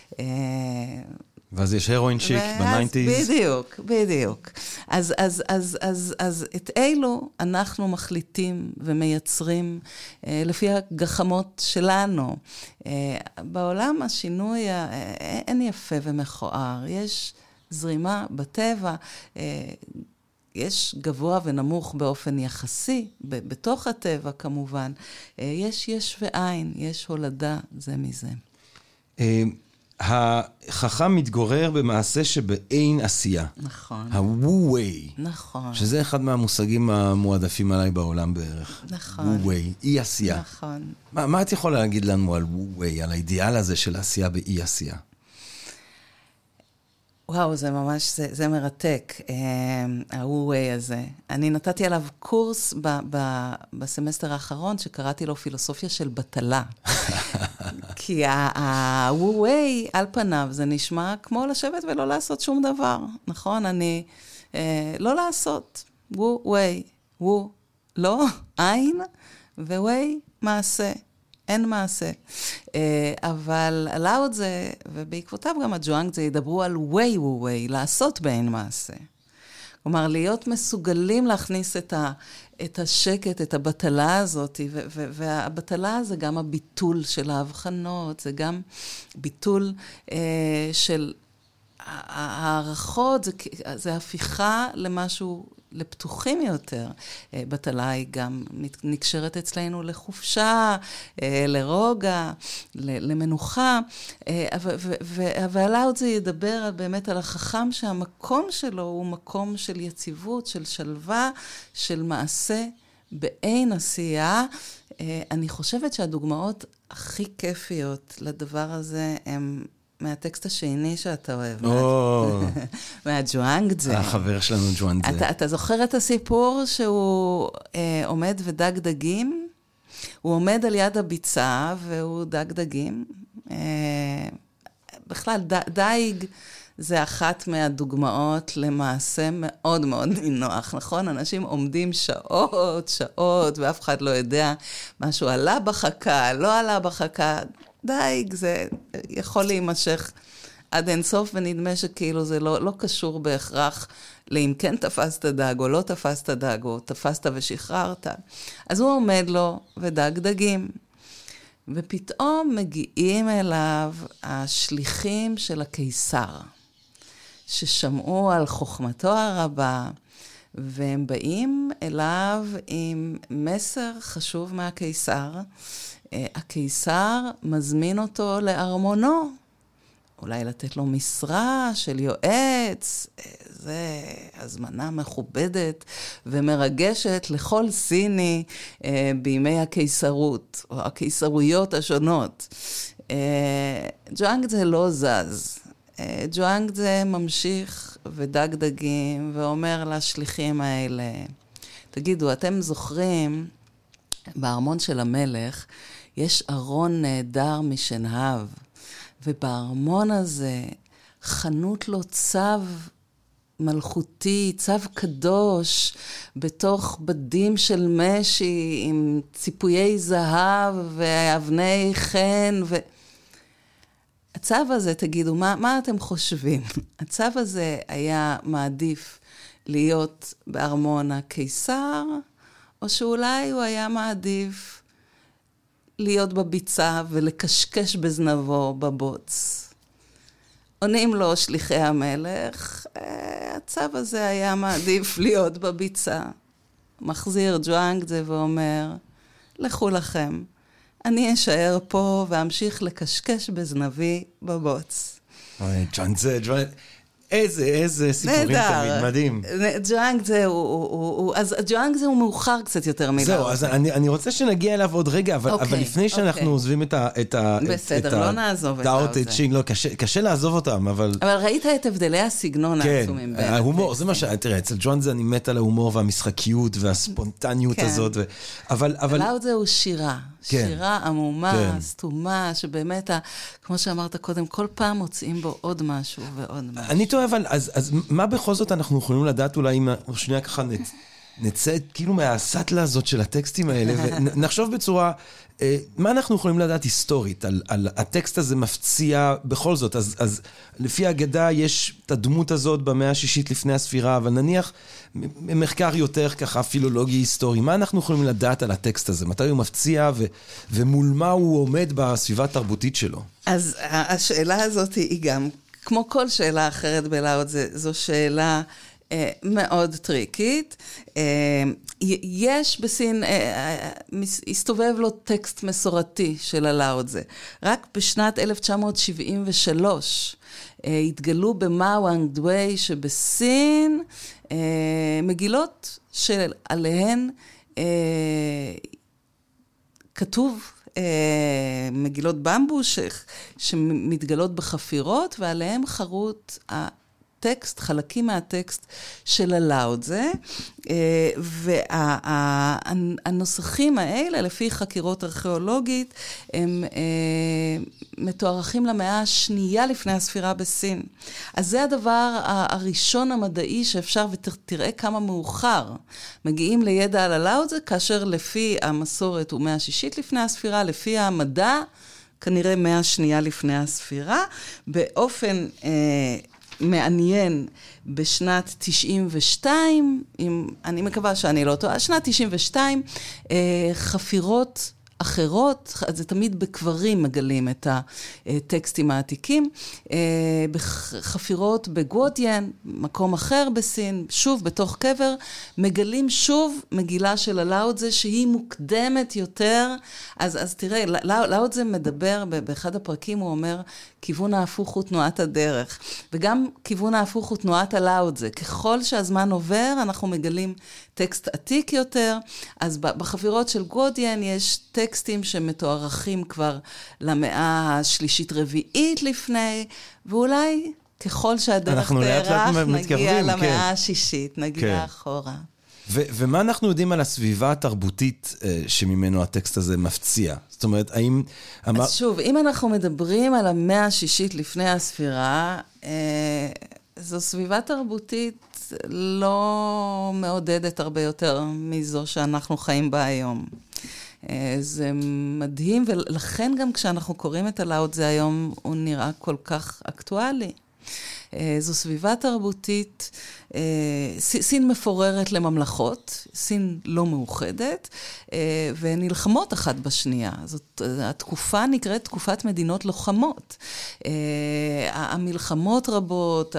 ואז יש הרואין שיק בניינטיז. בדיוק, בדיוק. אז, אז, אז, אז, אז את אלו אנחנו מחליטים ומייצרים אה, לפי הגחמות שלנו. אה, בעולם השינוי אה, אין יפה ומכוער. יש זרימה בטבע, אה, יש גבוה ונמוך באופן יחסי, ב- בתוך הטבע כמובן. אה, יש יש ואין, יש הולדה זה מזה. אה... החכם מתגורר במעשה שבאין עשייה. נכון. ה-wu-wei. נכון. שזה אחד מהמושגים המועדפים עליי בעולם בערך. נכון. wu-wei, אי עשייה. נכון. מה, מה את יכולה להגיד לנו על wu-wei, על האידיאל הזה של עשייה באי עשייה? וואו, זה ממש, זה, זה מרתק, ה-wu-wei הזה. אני נתתי עליו קורס ב, ב, בסמסטר האחרון, שקראתי לו פילוסופיה של בטלה. כי ה-wu-wei, על פניו, זה נשמע כמו לשבת ולא לעשות שום דבר, נכון? אני, אה, לא לעשות, wu-wei, wu, לא, עין, ו-wei, מעשה. אין מעשה. אבל לאוד זה, ובעקבותיו גם הג'ואנג זה, ידברו על ווי ווי, לעשות באין מעשה. כלומר, להיות מסוגלים להכניס את, ה, את השקט, את הבטלה הזאת, ו, ו, והבטלה זה גם הביטול של ההבחנות, זה גם ביטול אה, של הערכות, זה, זה הפיכה למשהו, לפתוחים יותר. בטלה היא גם נקשרת אצלנו לחופשה, לרוגע, למנוחה, ועליו זה ידבר באמת על החכם שהמקום שלו הוא מקום של יציבות, של שלווה, של מעשה באין עשייה. אני חושבת שהדוגמאות הכי כיפיות לדבר הזה הם מהטקסט השני שאתה אוהב. מהג'ואנגדזה. החבר שלנו ג'ואנגדזה. אתה זוכר את הסיפור שהוא עומד ודג דגים? הוא עומד על יד הביצה והוא דג דגים. בכלל, דייג זה אחת מהדוגמאות למעשה מאוד מאוד נינוח, נכון? אנשים עומדים שעות, שעות, ואף אחד לא יודע משהו עלה בחכה, לא עלה בחכה. דייג זה יכול להימשך עד אינסוף, ונדמה שכאילו זה לא, לא קשור בהכרח לאם כן תפסת דג או לא תפסת דג, או תפסת ושחררת. אז הוא עומד לו ודג דגים. ופתאום מגיעים אליו השליחים של הקיסר, ששמעו על חוכמתו הרבה, והם באים אליו עם מסר חשוב מהקיסר. הקיסר מזמין אותו לארמונו, אולי לתת לו משרה של יועץ, זה הזמנה מכובדת ומרגשת לכל סיני בימי הקיסרות, או הקיסרויות השונות. ג'ואנגדזה לא זז. ג'ואנגדזה ממשיך ודג דגים ואומר לשליחים האלה, תגידו, אתם זוכרים, בארמון של המלך יש ארון נהדר משנהב, ובארמון הזה חנות לו צו מלכותי, צו קדוש, בתוך בדים של משי, עם ציפויי זהב ואבני חן. ו... הצו הזה, תגידו, מה, מה אתם חושבים? הצו הזה היה מעדיף להיות בארמון הקיסר, או שאולי הוא היה מעדיף להיות בביצה ולקשקש בזנבו בבוץ. עונים לו שליחי המלך, הצו הזה היה מעדיף להיות בביצה. מחזיר ג'ואנגדזה ואומר, לכו לכם, אני אשאר פה ואמשיך לקשקש בזנבי בבוץ. ג'ואנגדזה, ג'ואנגדזה. איזה, איזה סיפורים תמיד, מדהים. ג'ואנגדזה הוא, אז ג'ואנגדזה הוא מאוחר קצת יותר מלאו. זהו, אז אני רוצה שנגיע אליו עוד רגע, אבל לפני שאנחנו עוזבים את ה... בסדר, לא נעזוב את זה. לא, קשה לעזוב אותם, אבל... אבל ראית את הבדלי הסגנון העצומים. כן, ההומור, זה מה ש... תראה, אצל ג'ואנגדזה אני מת על ההומור והמשחקיות והספונטניות הזאת, אבל... לאו זה הוא שירה. שירה עמומה, סתומה, שבאמת, כמו שאמרת קודם, כל פעם מוצאים בו עוד משהו ועוד משהו. אני טועה, אבל אז מה בכל זאת אנחנו יכולים לדעת, אולי אם שנייה ככה נצא כאילו מהסטלה הזאת של הטקסטים האלה, ונחשוב בצורה, מה אנחנו יכולים לדעת היסטורית על הטקסט הזה מפציע בכל זאת? אז לפי האגדה יש את הדמות הזאת במאה השישית לפני הספירה, אבל נניח מחקר יותר ככה פילולוגי היסטורי, מה אנחנו יכולים לדעת על הטקסט הזה? מתי הוא מפציע ומול מה הוא עומד בסביבה התרבותית שלו? אז השאלה הזאת היא גם, כמו כל שאלה אחרת בלאוד, זו שאלה אה, מאוד טריקית. אה, יש בסין, אה, הסתובב לו טקסט מסורתי של הלאוד זה. רק בשנת אלף תשע מאות שבעים ושלוש אה, התגלו במאוואנג דווי שבסין אה, מגילות שעליהן אה, כתוב מגילות במבו ש... שמתגלות בחפירות, ועליהם חרוט הטקסט, חלקים מהטקסט של הלאודזה, והנוסחים האלה, לפי חקירות ארכיאולוגית, הם מתוארכים למאה השנייה לפני הספירה בסין. אז זה הדבר הראשון המדעי שאפשר, ותראה כמה מאוחר, מגיעים לידע על הלאודזה, כאשר לפי המסורת הוא מאה השישית לפני הספירה, לפי המדע, כנראה מאה השנייה לפני הספירה, באופן אה, מעניין בשנת תשעים ושתיים, אם, אני מקווה שאני לא טועה, שנת תשעים ושתיים, חפירות אחרות, זה תמיד בקברים מגלים את הטקסטים העתיקים, בחפירות בגוודיאן, מקום אחר בסין, שוב בתוך קבר, מגלים שוב מגילה של הלאו-טזה שהיא מוקדמת יותר, אז, אז תראה, לאו-טזה מדבר, באחד הפרקים הוא אומר, כיוון ההפוך הוא תנועת הדרך, וגם כיוון ההפוך הוא תנועת הלאו-טזה. ככל שהזמן עובר, אנחנו מגלים טקסט עתיק יותר, אז בחפירות של גוודיאן יש טקסטים שמתוארכים כבר למאה השלישית רביעית לפני, ואולי ככל שהדרך תארך, נגיע למאה כן. השישית, נגיע כן. אחורה. ו- ומה אנחנו יודעים על הסביבה התרבותית uh, שממנו הטקסט הזה מפציע? זאת אומרת, האם... אמר... אז שוב, אם אנחנו מדברים על המאה השישית לפני הספירה, uh, זו סביבה תרבותית לא מעודדת הרבה יותר מזו שאנחנו חיים בה היום. Uh, זה מדהים, ולכן גם כשאנחנו קוראים את הלאו-טזה היום, הוא נראה כל כך אקטואלי. זו סביבה תרבותית, סין מפוררת לממלכות, סין לא מאוחדת, ונלחמות אחת בשנייה. זאת, התקופה נקראת תקופת מדינות לוחמות. המלחמות רבות,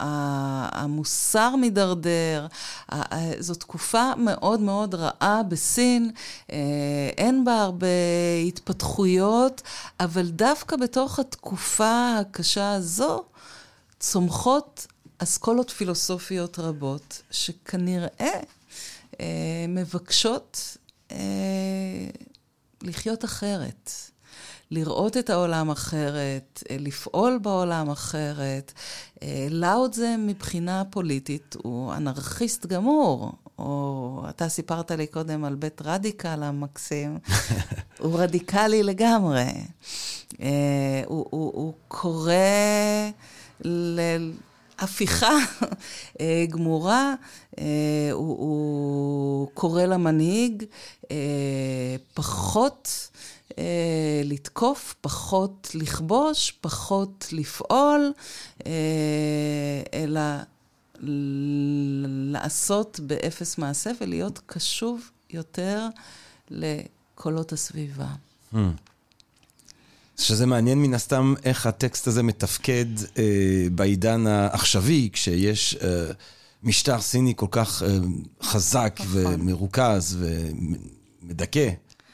המוסר מדרדר, זו תקופה מאוד מאוד רעה בסין, אין בה הרבה התפתחויות, אבל דווקא בתוך התקופה הקשה הזו, צומחות אסכולות פילוסופיות רבות, שכנראה אה, מבקשות אה, לחיות אחרת, לראות את העולם אחרת, אה, לפעול בעולם אחרת. אה, לאו-טזה מבחינה פוליטית הוא אנרכיסט גמור, או אתה סיפרת לי קודם על בית רדיקל המקסים, הוא רדיקלי לגמרי. אה, הוא, הוא, הוא קורא... להפיכה גמורה, הוא, הוא קורא למנהיג פחות לתקוף, פחות לכבוש, פחות לפעול, אלא לעשות באפס מעשה ולהיות קשוב יותר לקולות הסביבה. Hmm. שזה מעניין מן הסתם איך הטקסט הזה מתפקד אה, בעידן העכשווי, כשיש אה, משטר סיני כל כך אה, חזק נכון. ומרוכז ומדכא.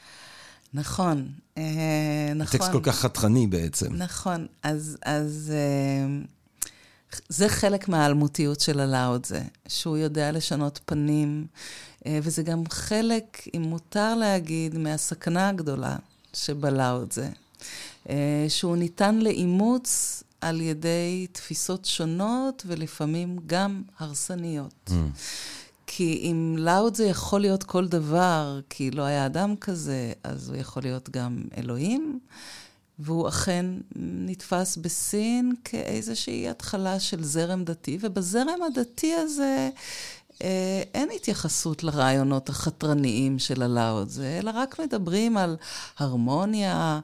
נכון, אה, נכון. הטקסט כל כך חתרני בעצם. נכון, אז, אז אה, זה חלק מהאלמותיות של הלאו-טזה, שהוא יודע לשנות פנים, אה, וזה גם חלק, אם מותר להגיד, מהסכנה הגדולה שבלאו-טזה. שהוא ניתן לאימוץ על ידי תפיסות שונות ולפעמים גם הרסניות. Mm. כי אם לאו-טזה יכול להיות כל דבר, כי לא היה אדם כזה, אז הוא יכול להיות גם אלוהים, והוא אכן נתפס בסין כאיזושהי התחלה של זרם דתי, ובזרם הדתי הזה אין התייחסות לרעיונות החתרניים של הלאו-טזה, אלא רק מדברים על הרמוניה,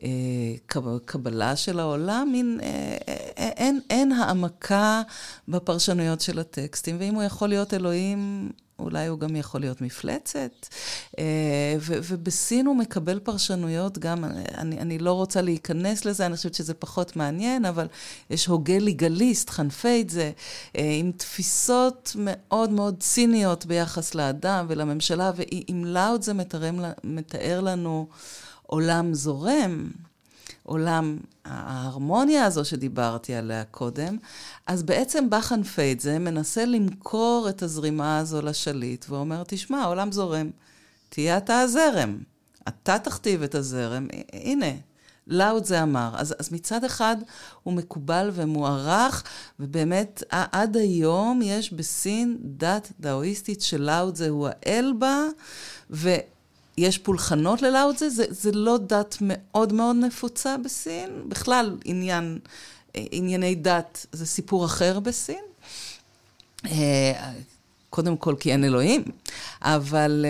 קבלה של העולם, אין, אין, אין העמקה בפרשנויות של הטקסטים, ואם הוא יכול להיות אלוהים, אולי הוא גם יכול להיות מפלצת, ו- ובסין הוא מקבל פרשנויות גם, אני, אני לא רוצה להיכנס לזה, אני חושבת שזה פחות מעניין, אבל יש הוגה ליגליסט, חנפי את זה, עם תפיסות מאוד מאוד ציניות ביחס לאדם ולממשלה, ואם לאו-טזה מתאר לנו עולם זורם, עולם ההרמוניה הזו שדיברתי עליה קודם, אז בעצם בא חנפייטזה מנסה למכור את הזרימה הזו לשליט, ואומר, תשמע, העולם זורם, תהיה אתה הזרם, אתה תכתיב את הזרם, הנה, לאו-טזה אמר. אז, אז מצד אחד הוא מקובל ומוערך, ובאמת עד היום יש בסין דת דאואיסטית של לאו-טזה הוא האל בה, ו... יש פולחנות ללאו-טזה, זה, זה לא דת מאוד מאוד נפוצה בסין, בכלל עניין, ענייני דת זה סיפור אחר בסין, קודם כל כי אין אלוהים, אבל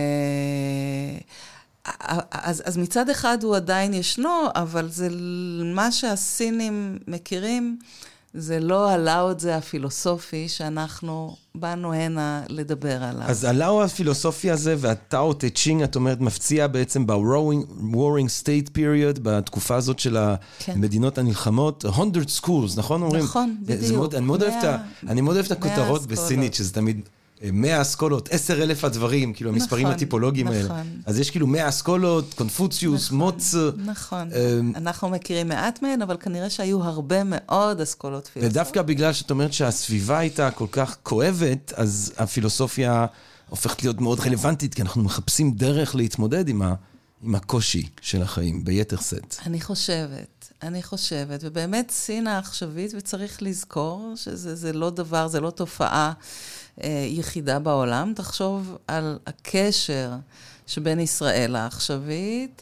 אז, אז מצד אחד הוא עדיין ישנו, אבל זה מה שהסינים מכירים, זה לא הלאו את זה הפילוסופי שאנחנו באנו הנה לדבר עליו. אז הלאו הפילוסופי הזה והטאו טי-צ'ינג, את אומרת, מפציע בעצם ב-warring state period, בתקופה הזאת של המדינות הנלחמות, one hundred schools, נכון אומרים? נכון, בדיוק. אני מאוד אוהב את הכותרות בסינית, שזה תמיד מאה אסכולות, עשר אלף הדברים, כאילו המספרים הטיפולוגיים האלה. אז יש כאילו מאה אסכולות, קונפוציוס, מוץ. נכון, אנחנו מכירים מעט מהן, אבל כנראה שהיו הרבה מאוד אסכולות פילוסופיות. ודווקא בגלל שאת אומרת שהסביבה הייתה כל כך כואבת, אז הפילוסופיה הופכת להיות מאוד רלוונטית, כי אנחנו מחפשים דרך להתמודד עם, ה, עם הקושי של החיים, ביתר סט. אני חושבת, אני חושבת, ובאמת סין העכשווית, וצריך לזכור שזה זה לא דבר, זה לא תופעה, יחידה בעולם. תחשוב על הקשר שבין ישראל העכשווית,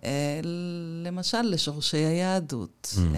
למשל לשורשי היהדות. Mm.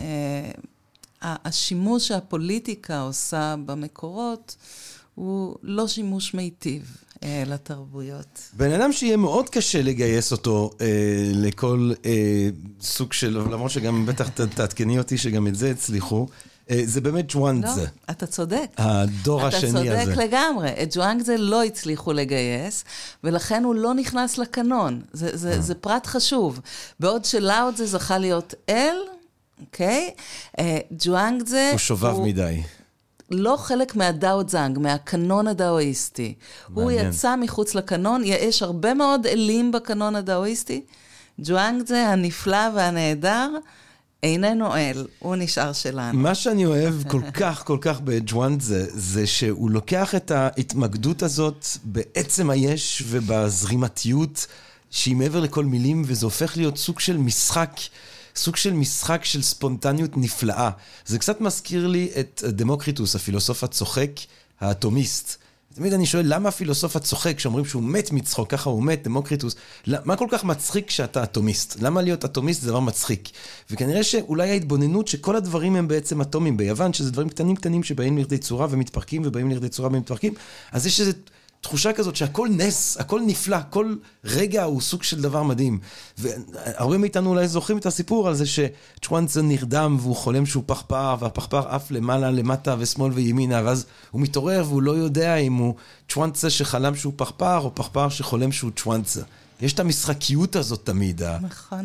השימוש שהפוליטיקה עושה במקורות הוא לא שימוש מיטיב לתרבויות. בן אדם שיהיה מאוד קשה לגייס אותו לכל סוג של, למרות שגם בטח תעדכני אותי שגם את זה הצליחו, זה באמת ג'ואנגזה. לא, אתה צודק. הדור השני הזה. אתה צודק לגמרי. את ג'ואנגזה לא הצליחו לגייס, ולכן הוא לא נכנס לקנון. זה, זה, זה פרט חשוב. בעוד שלאו זה זכה להיות אל, אוקיי? ג'ואנגזה... הוא שובב מדי. לא חלק מהדאו זאנג, מהקנון הדאואיסטי. הוא יצא מחוץ לקנון, יש הרבה מאוד אלים בקנון הדאואיסטי. ג'ואנגזה הנפלא והנהדר, איננו אל, הוא נשאר שלנו. מה שאני אוהב כל כך, כל כך בג'ואנגזה, זה שהוא לוקח את ההתמקדות הזאת בעצם היש ובזרימתיות, שהיא מעבר לכל מילים, וזה הופך להיות סוג של משחק, סוג של משחק של ספונטניות נפלאה. זה קצת מזכיר לי את דמוקריטוס, הפילוסוף הצוחק, האטומיסט. תמיד אני שואל, למה הפילוסוף הצוחק, שאומרים שהוא מת מצחוק, ככה הוא מת, דמוקריטוס, מה כל כך מצחיק שאתה אטומיסט? למה להיות אטומיסט זה דבר מצחיק? וכנראה שאולי ההתבוננות שכל הדברים הם בעצם אטומים ביוון, שזה דברים קטנים קטנים שבאים לכדי צורה ומתפרקים, ובאים לכדי צורה ומתפרקים, אז יש איזו תחושה כזאת שהכל נס, הכל נפלא, כל רגע הוא סוג של דבר מדהים. והרבה מאיתנו אולי זוכרים את הסיפור על זה שצ'ואנגזה נרדם והוא חולם שהוא פחפר, והפחפר עף למעלה, למטה ושמאל וימינה, ואז הוא מתעורר והוא לא יודע אם הוא צ'ואנגזה שחלם שהוא פחפר, או פחפר שחולם שהוא צ'ואנגזה. יש את המשחקיות הזאת תמיד. נכון.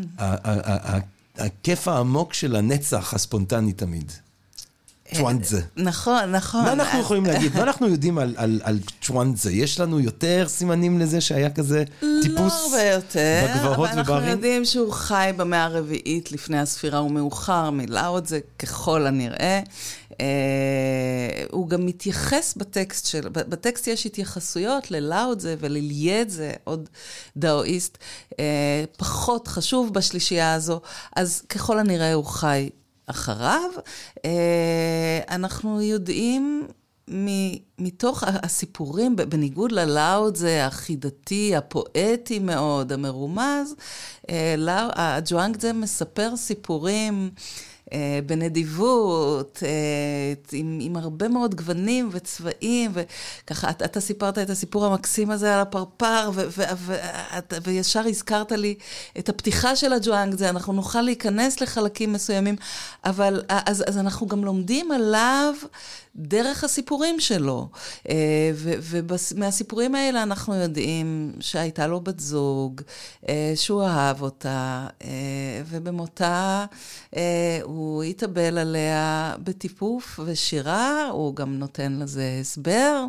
הכיף העמוק של הנצח הספונטני תמיד. צ'ואנגזה. נכון, נכון. מה אנחנו יכולים להגיד? מה אנחנו יודעים על, על, על צ'ואנגזה? יש לנו יותר סימנים לזה שהיה כזה טיפוס לא הרבה יותר, בגבעות אבל וברים? אנחנו יודעים שהוא חי במאה הרביעית לפני הספירה, הוא מאוחר מלאו זה ככל הנראה. הוא גם מתייחס בטקסט של, בטקסט יש התייחסויות ללאו זה ולליד זה, עוד דאואיסט, פחות חשוב בשלישייה הזו, אז ככל הנראה הוא חי אחריו. אנחנו יודעים מתוך הסיפורים, בניגוד ללאו זה החידתי, הפואטי מאוד, המרומז, הג'ואנגזה מספר סיפורים בנדיבות, עם, עם הרבה מאוד גוונים וצבעים, וככה, אתה, אתה סיפרת את הסיפור המקסים הזה על הפרפר, ו, ו, ו, ו, וישר הזכרת לי את הפתיחה של הג'ואנגזה, אנחנו נוכל להיכנס לחלקים מסוימים, אבל אז, אז אנחנו גם לומדים עליו דרך הסיפורים שלו, ומהסיפורים האלה אנחנו יודעים שהייתה לו בת זוג, שהוא אהב אותה, ובמותה הוא התאבל עליה בטיפוף ושירה, הוא גם נותן לזה הסבר,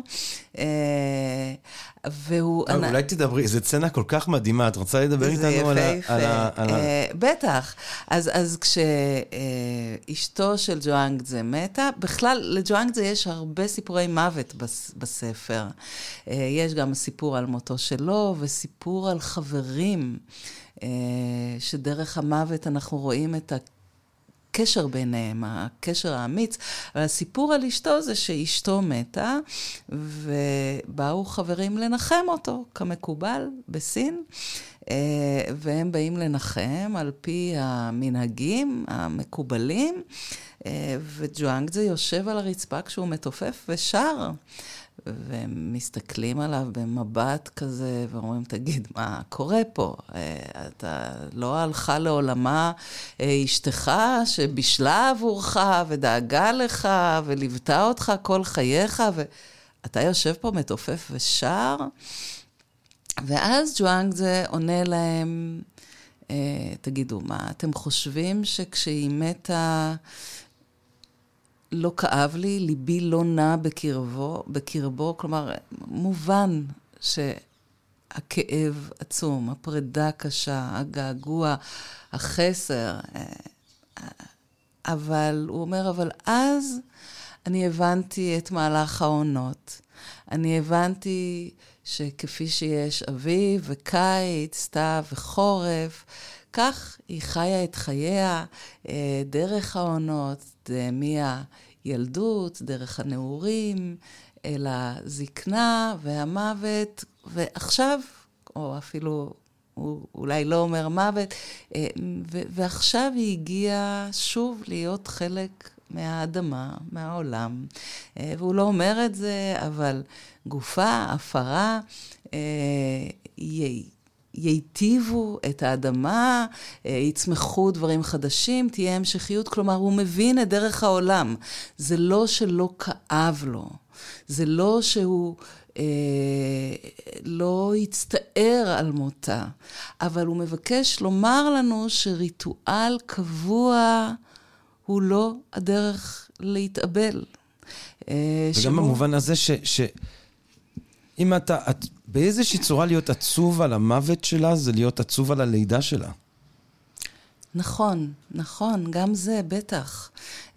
והוא... אולי תדברי, זו צנה כל כך מדהימה, את רוצה לדבר איתנו על ה... בטח. אז כשאשתו של ג'ואנגזה מתה, בכלל לג'ואנגזה יש הרבה סיפורי מוות בספר. יש גם סיפור על מותו שלו, וסיפור על חברים, שדרך המוות אנחנו רואים את הקשר ביניהם, הקשר האמיץ. אבל הסיפור על אשתו זה שאשתו מתה, ובאו חברים לנחם אותו, כמקובל בסין, והם באים לנחם על פי המנהגים המקובלים, וג'ואנגזה יושב על הרצפה כשהוא מתופף ושר. ומסתכלים עליו במבט כזה, ואומרים, תגיד, מה קורה פה? אתה לא הלכה לעולמה אשתך שבישלה עבורך ודאגה לך וליוותה אותך כל חייך, ואתה יושב פה מתופף ושר? ואז ז'ואנגזה עונה להם, תגידו, מה, אתם חושבים שכשהיא מתה לא כאב לי, ליבי לא נע בקרבו, בקרבו, כלומר, מובן שהכאב עצום, הפרידה קשה, הגעגוע, החסר, אבל הוא אומר, אבל אז אני הבנתי את מהלך העונות. אני הבנתי שכפי שיש אביב וקיץ, סתיו וחורף, כך היא חיה את חייה דרך העונות, מהילדות, דרך הנעורים, אל הזקנה והמוות, ועכשיו, או אפילו, הוא אולי לא אומר מוות, ועכשיו היא הגיעה שוב להיות חלק מהאדמה, מהעולם. והוא לא אומר את זה, אבל גופה, הפרה, ייטיבו את האדמה, יצמחו דברים חדשים, תהיה המשכיות, כלומר הוא מבין את דרך העולם. זה לא שלא כאב לו, זה לא שהוא אה, לא יצטער על מותה, אבל הוא מבקש לומר לנו שריטואל קבוע הוא לא הדרך להתאבל. וגם שהוא... במובן הזה ש... ש... אם אתה, את, באיזושהי צורה להיות עצוב על המוות שלה, זה להיות עצוב על הלידה שלה. נכון, נכון, גם זה, בטח.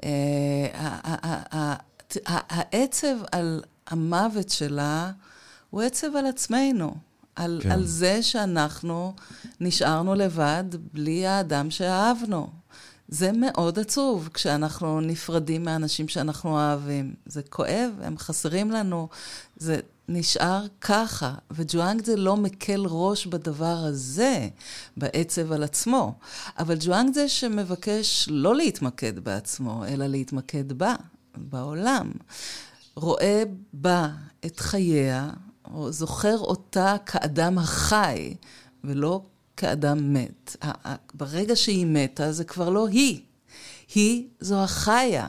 העצב על המוות שלה, הוא עצב על עצמנו. על, כן. על זה שאנחנו נשארנו לבד, בלי האדם שאהבנו. זה מאוד עצוב כשאנחנו נפרדים מהאנשים שאנחנו אוהבים. זה כואב, הם חסרים לנו, זה נשאר ככה. וז'ואנגזה לא מקל ראש בדבר הזה, בעצב על עצמו. אבל ז'ואנגזה שמבקש לא להתמקד בעצמו, אלא להתמקד בה, בעולם. רואה בה את חייה, או זוכר אותה כאדם החי, ולא כאדם מת. ברגע שהיא מתה, זה כבר לא היא. היא זו החיה.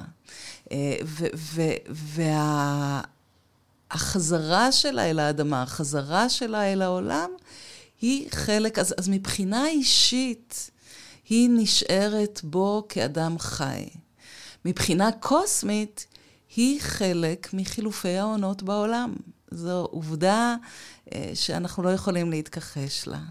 והחזרה שלה אל האדמה, החזרה שלה אל העולם, היא חלק, אז, אז מבחינה אישית, היא נשארת בו כאדם חי. מבחינה קוסמית, היא חלק מחילופי העונות בעולם. זו עובדה שאנחנו לא יכולים להתכחש לה.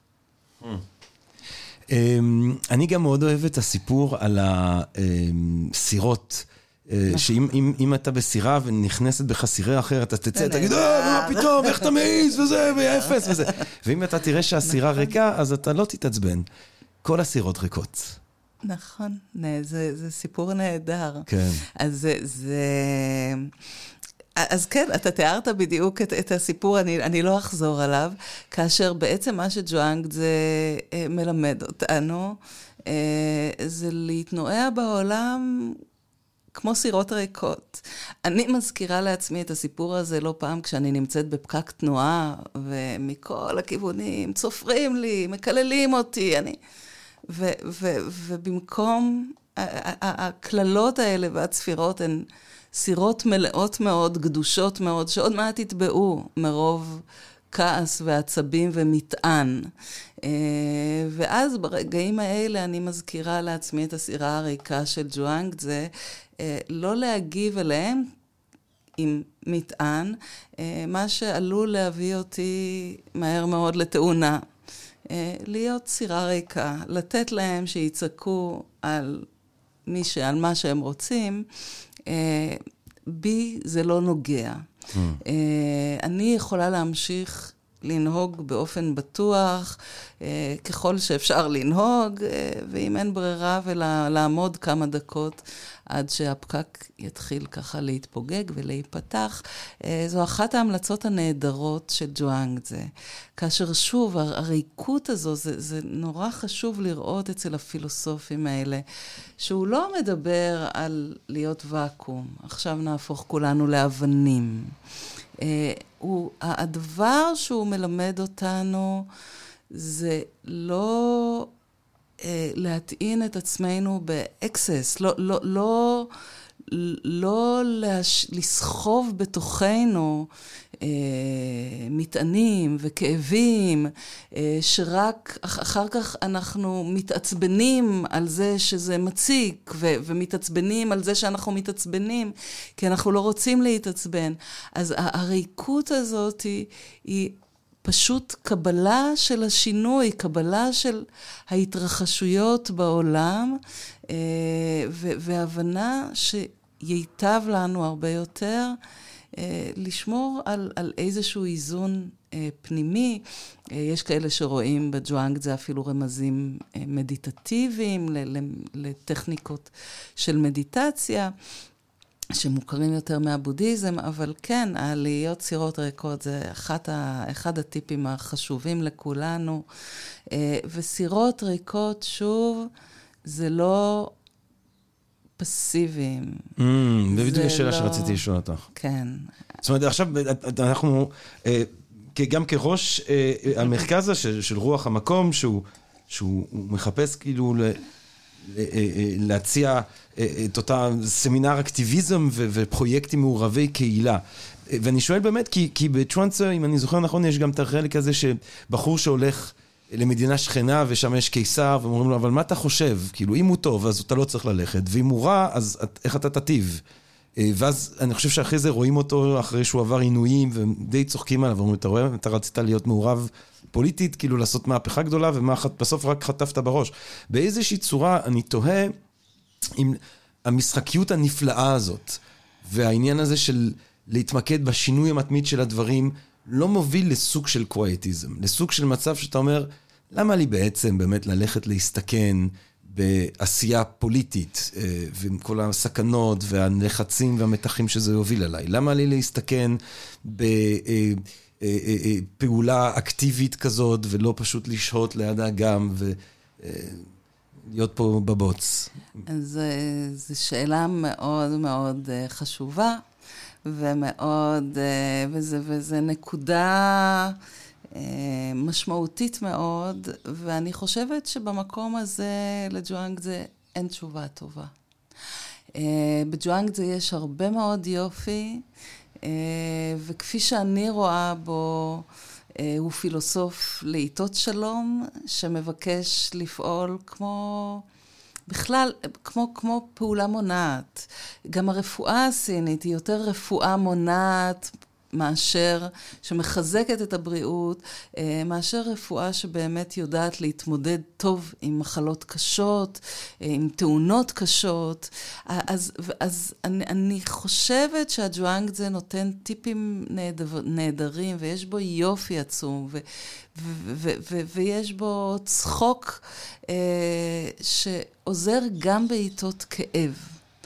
אני גם מאוד אוהב את הסיפור על הסירות, שאם אתה בסירה ונכנסת בך סירה אחרת, אתה תצא, תגיד, מה פתאום, איך אתה מעיז וזה, ואפס וזה. ואם אתה תראה שהסירה ריקה, אז אתה לא תתעצבן. כל הסירות ריקות. נכון, זה סיפור נהדר. כן. אז זה... אז כן, אתה תיארת בדיוק את, את הסיפור, אני, אני לא אחזור עליו, כאשר בעצם מה שז'ואנגזה אה, מלמד אותנו, אה, זה להתנועע בעולם כמו סירות ריקות. אני מזכירה לעצמי את הסיפור הזה לא פעם כשאני נמצאת בפקק תנועה, ומכל הכיוונים צופרים לי, מקללים אותי, אני... ו, ו, ובמקום, הכללות האלה והצפירות הן... סירות מלאות מאוד, גדושות מאוד, שעוד מעט יטבעו מרוב כעס ועצבים ומטען. ואז ברגעים האלה אני מזכירה לעצמי את הסירה הריקה של ז'ואנגזה, לא להגיב אליהם עם מטען, מה שעלול להביא אותי מהר מאוד לתאונה. להיות סירה ריקה, לתת להם שיצעקו על מי שעל מה שהם רוצים, בי זה לא נוגע. אני יכולה להמשיך לנהוג באופן בטוח, ככל שאפשר לנהוג, ואם אין ברירה ולעמוד כמה דקות עד שהפקק יתחיל ככה להתפוגג ולהיפתח. זו אחת ההמלצות הנהדרות של ז'ואנגזה. כאשר שוב, הריקות הזו, זה, זה נורא חשוב לראות אצל הפילוסופים האלה, שהוא לא מדבר על להיות ואקום. עכשיו נהפוך כולנו לאבנים. הוא, הדבר שהוא מלמד אותנו זה לא להטעין את עצמנו באקסס, לא, לא, לא, לא להש... לסחוב בתוכנו אה, מטענים וכאבים, אה, שרק אחר כך אנחנו מתעצבנים על זה שזה מציק, ו... ומתעצבנים על זה שאנחנו מתעצבנים, כי אנחנו לא רוצים להתעצבן. אז הריקות הזאת היא, היא פשוט קבלה של השינוי, קבלה של ההתרחשויות בעולם, והבנה שייטב לנו הרבה יותר לשמור על, על איזשהו איזון פנימי. יש כאלה שרואים בג'ואנג זה אפילו רמזים מדיטטיביים, לטכניקות של מדיטציה, שמוכרים יותר מהבודהיזם, אבל כן, להיות סירות ריקות זה אחת ה, אחד הטיפים החשובים לכולנו. וסירות ריקות, שוב, זה לא פסיביים. Mm, זה בדיוק השאלה לא... שרציתי לשאול אותך. כן. זאת אומרת, עכשיו אנחנו, גם כראש המרכז של, של רוח המקום, שהוא, שהוא מחפש כאילו להציע את אותה סמינר אקטיביזם ו- ופרויקטים מעורבי קהילה. ואני שואל באמת, כי, כי בטרנסר, אם אני זוכר נכון, יש גם את החלק הזה שבחור שהולך למדינה שכנה ושם יש קיסר, ואומרים לו, אבל מה אתה חושב? כאילו, אם הוא טוב, אז אתה לא צריך ללכת, ואם הוא רע, אז איך אתה תטיב? ואז אני חושב שאחרי זה רואים אותו, אחרי שהוא עבר עינויים, ודי צוחקים עליו, ואומרים, אתה רואה, אתה רצית להיות מעורב פוליטית, כאילו לעשות מהפכה גדולה, ובסוף רק חטפת בראש. באיזושהי צורה אני תוהה עם המשחקיות הנפלאה הזאת, והעניין הזה של להתמקד בשינוי המתמיד של הדברים, לא מוביל לסוג של קווייטיזם, לסוג של מצב שאתה אומר, למה לי בעצם באמת ללכת להסתכן בעשייה פוליטית, ועם כל הסכנות והלחצים והמתחים שזה יוביל עליי? למה לי להסתכן בפעולה אקטיבית כזאת, ולא פשוט לשהות ליד האגם ולהיות פה בבוץ? אז זו שאלה מאוד מאוד חשובה, ומאוד, וזה, וזה נקודה משמעותית מאוד, ואני חושבת שבמקום הזה לג'ואנג זה אין תשובה טובה. בג'ואנג זה יש הרבה מאוד יופי, וכפי שאני רואה בו, הוא פילוסוף לעיתות שלום, שמבקש לפעול כמו... בכלל, כמו, כמו פעולה מונעת. גם הרפואה הסינית היא יותר רפואה מונעת מאשר, שמחזקת את הבריאות, מאשר רפואה שבאמת יודעת להתמודד טוב עם מחלות קשות, עם תאונות קשות. אז, אז אני, אני חושבת שהג'ואנג זה נותן טיפים נהדר, נהדרים, ויש בו יופי עצום, ו, ו, ו, ו, ויש בו צחוק שעוזר גם בעיתות כאב.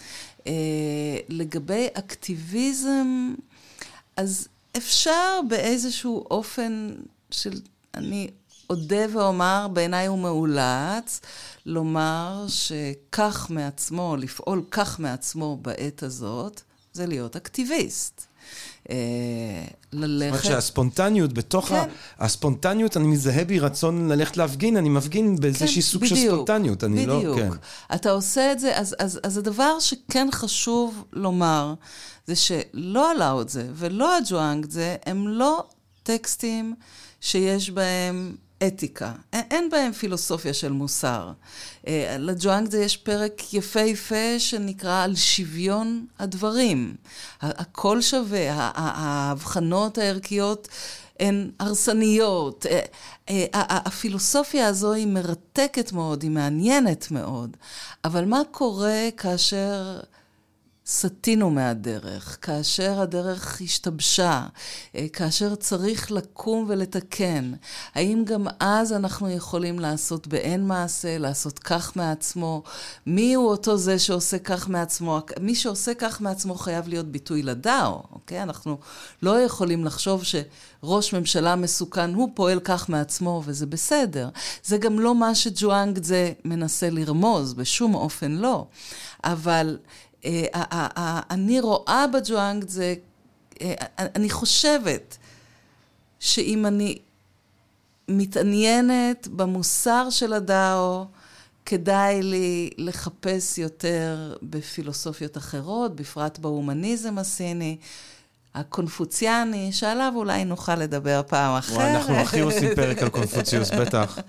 לגבי אקטיביזם, אז אפשר באיזשהו אופן של, אני אודה ואומר, בעיניי הוא מאולץ, לומר שכך מעצמו, לפעול כך מעצמו בעת הזאת, זה להיות אקטיביסט. ללכת... זאת אומרת שהספונטניות, בתוך כן. הספונטניות, אני מזהה בי רצון ללכת להפגין, אני מפגין באיזושהי כן, סוג בדיוק, של ספונטניות. אני בדיוק. לא, כן. אתה עושה את זה, אז, אז, אז הדבר שכן חשוב לומר, זה שלא עלה את זה, ולא הג'ואנג זה, הם לא טקסטים שיש בהם אתיקה. אין בהם פילוסופיה של מוסר. לג'ואנג זה יש פרק יפה יפה שנקרא על שוויון הדברים. הכל שווה, ההבחנות הערכיות הן הרסניות. הפילוסופיה הזו היא מרתקת מאוד, היא מעניינת מאוד. אבל מה קורה כאשר... סתינו מהדרך, כאשר הדרך השתבשה, כאשר צריך לקום ולתקן, האם גם אז אנחנו יכולים לעשות באין מעשה, לעשות כך מעצמו? מי הוא אותו זה שעושה כך מעצמו? מי שעושה כך מעצמו חייב להיות ביטוי לדאו, אוקיי? אנחנו לא יכולים לחשוב שראש ממשלה מסוכן, הוא פועל כך מעצמו וזה בסדר. זה גם לא מה שג'ואנג זה מנסה לרמוז, בשום אופן לא. אבל... אני רואה בג'ואנג זה אני חושבת שאם אני מתעניינת במוסר של הדאו, כדאי לי לחפש יותר בפילוסופיות אחרות, בפרט בהומניזם הסיני, הקונפוציאני, שעליו אולי נוכל לדבר פעם אחרת. אנחנו הכי עושים פרק על קונפוציוס, בטח.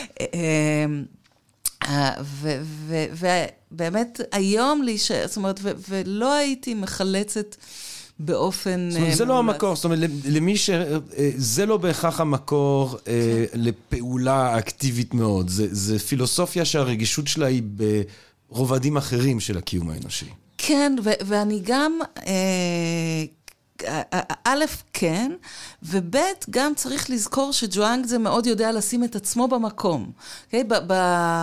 ובאמת היום לי, זאת אומרת, ולא הייתי מחלצת באופן... זאת אומרת, זה לא המקור, זאת אומרת, למי ש... זה לא בהכרח המקור לפעולה אקטיבית מאוד. זה פילוסופיה שהרגישות שלה היא ברובדים אחרים של הקיום האנושי. כן, ואני גם... א', כן, וב', גם צריך לזכור שג'ואנג זה מאוד יודע לשים את עצמו במקום. אוקיי? ב...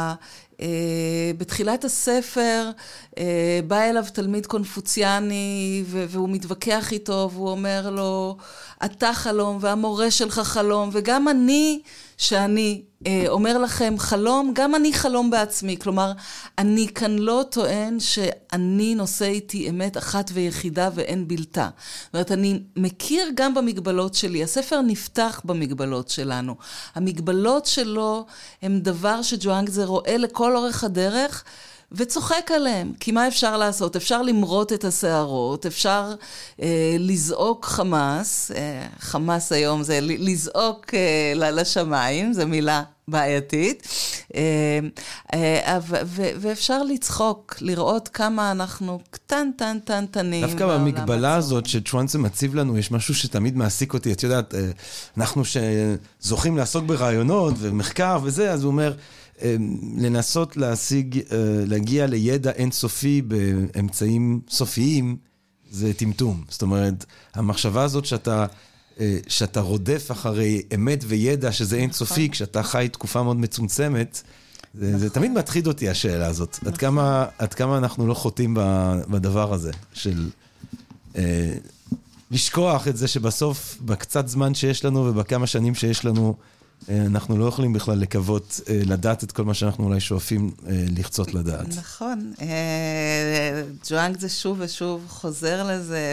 בתחילת הספר בא אליו תלמיד קונפוציאני והוא מתווכח איתו והוא אומר לו אתה חלום והמורה שלך חלום וגם אני שאני אומר לכם חלום, גם אני חלום בעצמי. כלומר, אני כאן לא טוען שאני נושא איתי אמת אחת ויחידה ואין בלתה. זאת אומרת, אני מכיר גם במגבלות שלי. הספר נפתח במגבלות שלנו. המגבלות שלו הם דבר שג'ואנג זה רואה לכל אורך הדרך, וצוחק עליהם. כי מה אפשר לעשות? אפשר למרות את השערות, אפשר אה, לזעוק חמאס, אה, חמאס היום זה לזעוק אה, לשמיים, זו מילה בעייתית, אה, אה, ו- ו- ואפשר לצחוק, לראות כמה אנחנו קטן, טן, טן, טנים. דווקא במגבלה הזאת שצ'ואנצה מציב לנו, יש משהו שתמיד מעסיק אותי. את יודעת, אה, אנחנו שזוכים לעסוק ברעיונות ומחקר וזה, אז הוא אומר... לנסות להשיג, להגיע לידע אינסופי באמצעים סופיים, זה טמטום. זאת אומרת, המחשבה הזאת שאתה, שאתה רודף אחרי אמת וידע שזה אינסופי, כשאתה חי תקופה מאוד מצומצמת, זה, זה תמיד מטחיד אותי השאלה הזאת. עד כמה, עד כמה אנחנו לא חוטאים בדבר הזה, של אה, לשכוח את זה שבסוף, בקצת זמן שיש לנו ובכמה שנים שיש לנו, אנחנו לא יכולים בכלל לקוות לדעת את כל מה שאנחנו אולי שואפים לחצות לדעת. נכון. ג'ואנג זה שוב ושוב חוזר לזה,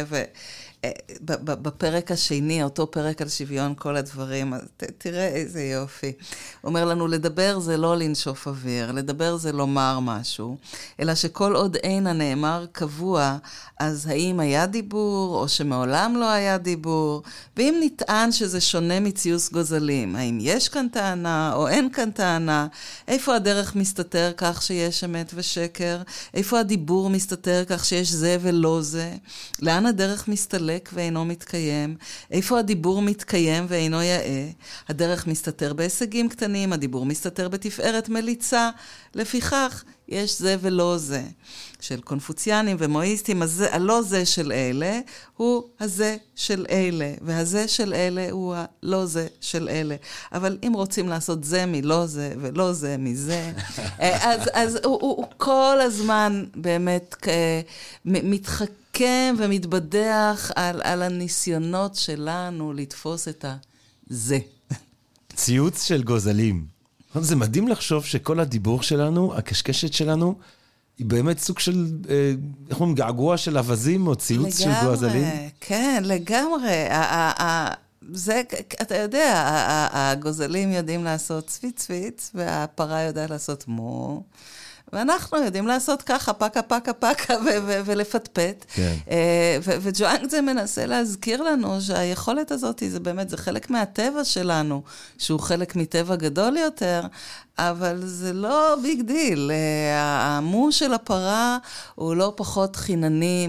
ובפרק השני, אותו פרק על שוויון כל הדברים, תראה איזה יופי. הוא אומר לנו, לדבר זה לא לנשוף אוויר, לדבר זה לומר משהו, אלא שכל עוד אין הנאמר קבוע, אז האם היה דיבור, או שמעולם לא היה דיבור, ואם נטען שזה שונה מציוס גוזלים, האם יש כאן טענה, או אין כאן טענה, איפה הדרך מסתתר כך שיש אמת ושקר, איפה הדיבור מסתתר כך שיש זה ולא זה, לאן הדרך מסתלק ואינו מתקיים, איפה הדיבור מתקיים ואינו יאה, הדרך מסתתר בהישגים קטנים, הדיבור מסתתר בתפארת מליצה, לפיכך יש זה ולא זה. של קונפוציאנים ומואיסטים, הלא זה של אלה הוא הזה של אלה, והזה של אלה הוא הלא זה של אלה. אבל אם רוצים לעשות זה מלא זה ולא זה מזה, אז, אז הוא, הוא, הוא כל הזמן באמת מתחכם ומתבדח על, על הניסיונות שלנו לתפוס את הזה. ציוץ של גוזלים. זה מדהים לחשוב שכל הדיבור שלנו, הקשקשת שלנו, היא באמת סוג של, איך אומרים, געגוע של אבזים או ציוץ של גוזלים? כן, לגמרי. זה, אתה יודע, הגוזלים יודעים לעשות צוויץ צוויץ, והפרה יודעת לעשות מו, ואנחנו יודעים לעשות ככה, פקה, פקה, פקה, ולפטפט. כן. וג'ואנג זה מנסה להזכיר לנו שהיכולת הזאת, זה באמת, זה חלק מהטבע שלנו, שהוא חלק מטבע גדול יותר, אבל זה לא ביג דיל. המו של הפרה הוא לא פחות חינני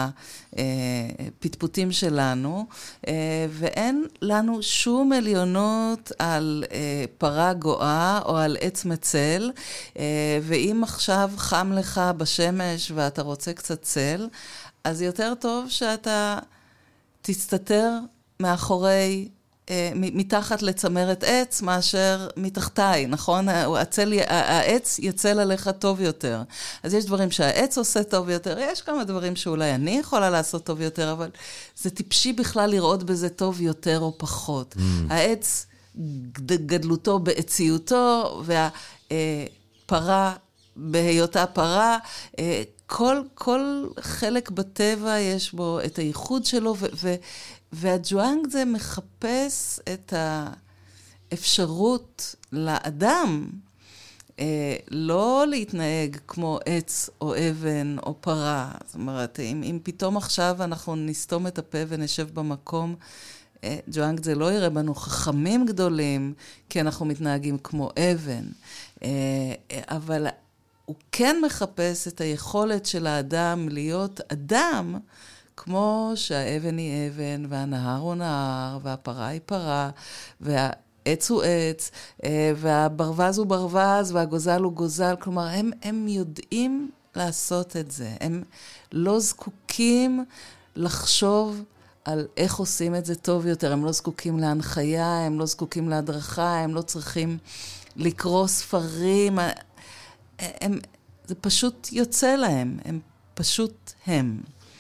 מהפטפוטים שלנו, ואין לנו שום עליונות על פרה גואה או על עץ מצל, ואם עכשיו חם לך בשמש ואתה רוצה קצת צל, אז יותר טוב שאתה תסתתר מאחורי, מתחת לצמרת עץ מאשר מתחתיי, נכון? הצל, העץ יצל עליך טוב יותר. אז יש דברים שהעץ עושה טוב יותר, יש כמה דברים שאולי אני יכולה לעשות טוב יותר, אבל זה טיפשי בכלל לראות בזה טוב יותר או פחות. Mm. העץ גדלותו בעציותו, והפרה בהיותה פרה, כל, כל חלק בטבע יש בו את הייחוד שלו, ו, ו, והג'ואנג זה מחפש את האפשרות לאדם, לא להתנהג כמו עץ או אבן או פרה. זאת אומרת, אם, אם פתאום עכשיו אנחנו נסתום את הפה ונשב במקום, ג'ואנג זה לא יראה בנו חכמים גדולים, כי אנחנו מתנהגים כמו אבן. אבל הוא כן מחפש את היכולת של האדם להיות אדם, כמו שהאבן היא אבן, והנהר הוא נהר, והפרה היא פרה, והעץ הוא עץ, והברווז הוא ברווז, והגוזל הוא גוזל. כלומר, הם, הם יודעים לעשות את זה. הם לא זקוקים לחשוב על איך עושים את זה טוב יותר. הם לא זקוקים להנחיה, הם לא זקוקים להדרכה, הם לא צריכים לקרוא ספרים. הם, זה פשוט יוצא להם, הם פשוט הם.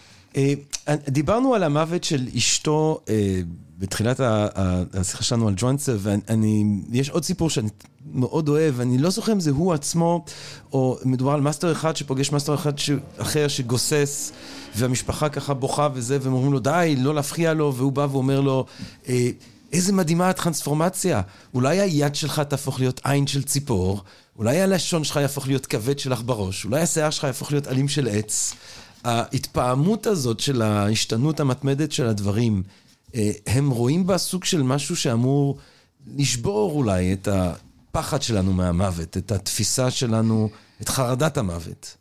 דיברנו על המוות של אשתו בתחילת השיחה שלנו על ג'ואנסה, ויש עוד סיפור שאני מאוד אוהב, אני לא זוכר אם זה הוא עצמו, או מדובר על מאסטר אחד שפוגש מאסטר אחד אחר שגוסס, והמשפחה ככה בוכה וזה, והם אומרים לו, די, לא להפחיע לו, והוא בא ואומר לו, איזה מדהימה הטרנספורמציה, אולי היד שלך תהפוך להיות עין של ציפור, אולי הלשון שלך יהפוך להיות כבד שלך בראש, אולי השיער שלך יהפוך להיות עלים של עץ. ההתפעמות הזאת של ההשתנות המתמדת של הדברים, הם רואים בה סוג של משהו שאמור לשבור אולי את הפחד שלנו מהמוות, את התפיסה שלנו, את חרדת המוות.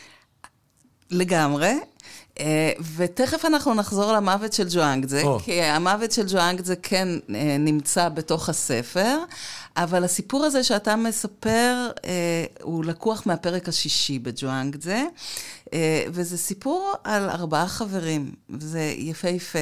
לגמרי. ותכף אנחנו נחזור למוות של ג'ואנגדזה, oh. כי המוות של ג'ואנגדזה כן נמצא בתוך הספר, אבל הסיפור הזה שאתה מספר, הוא לקוח מהפרק השישי בג'ואנגדזה, וזה סיפור על ארבעה חברים, וזה יפה יפה.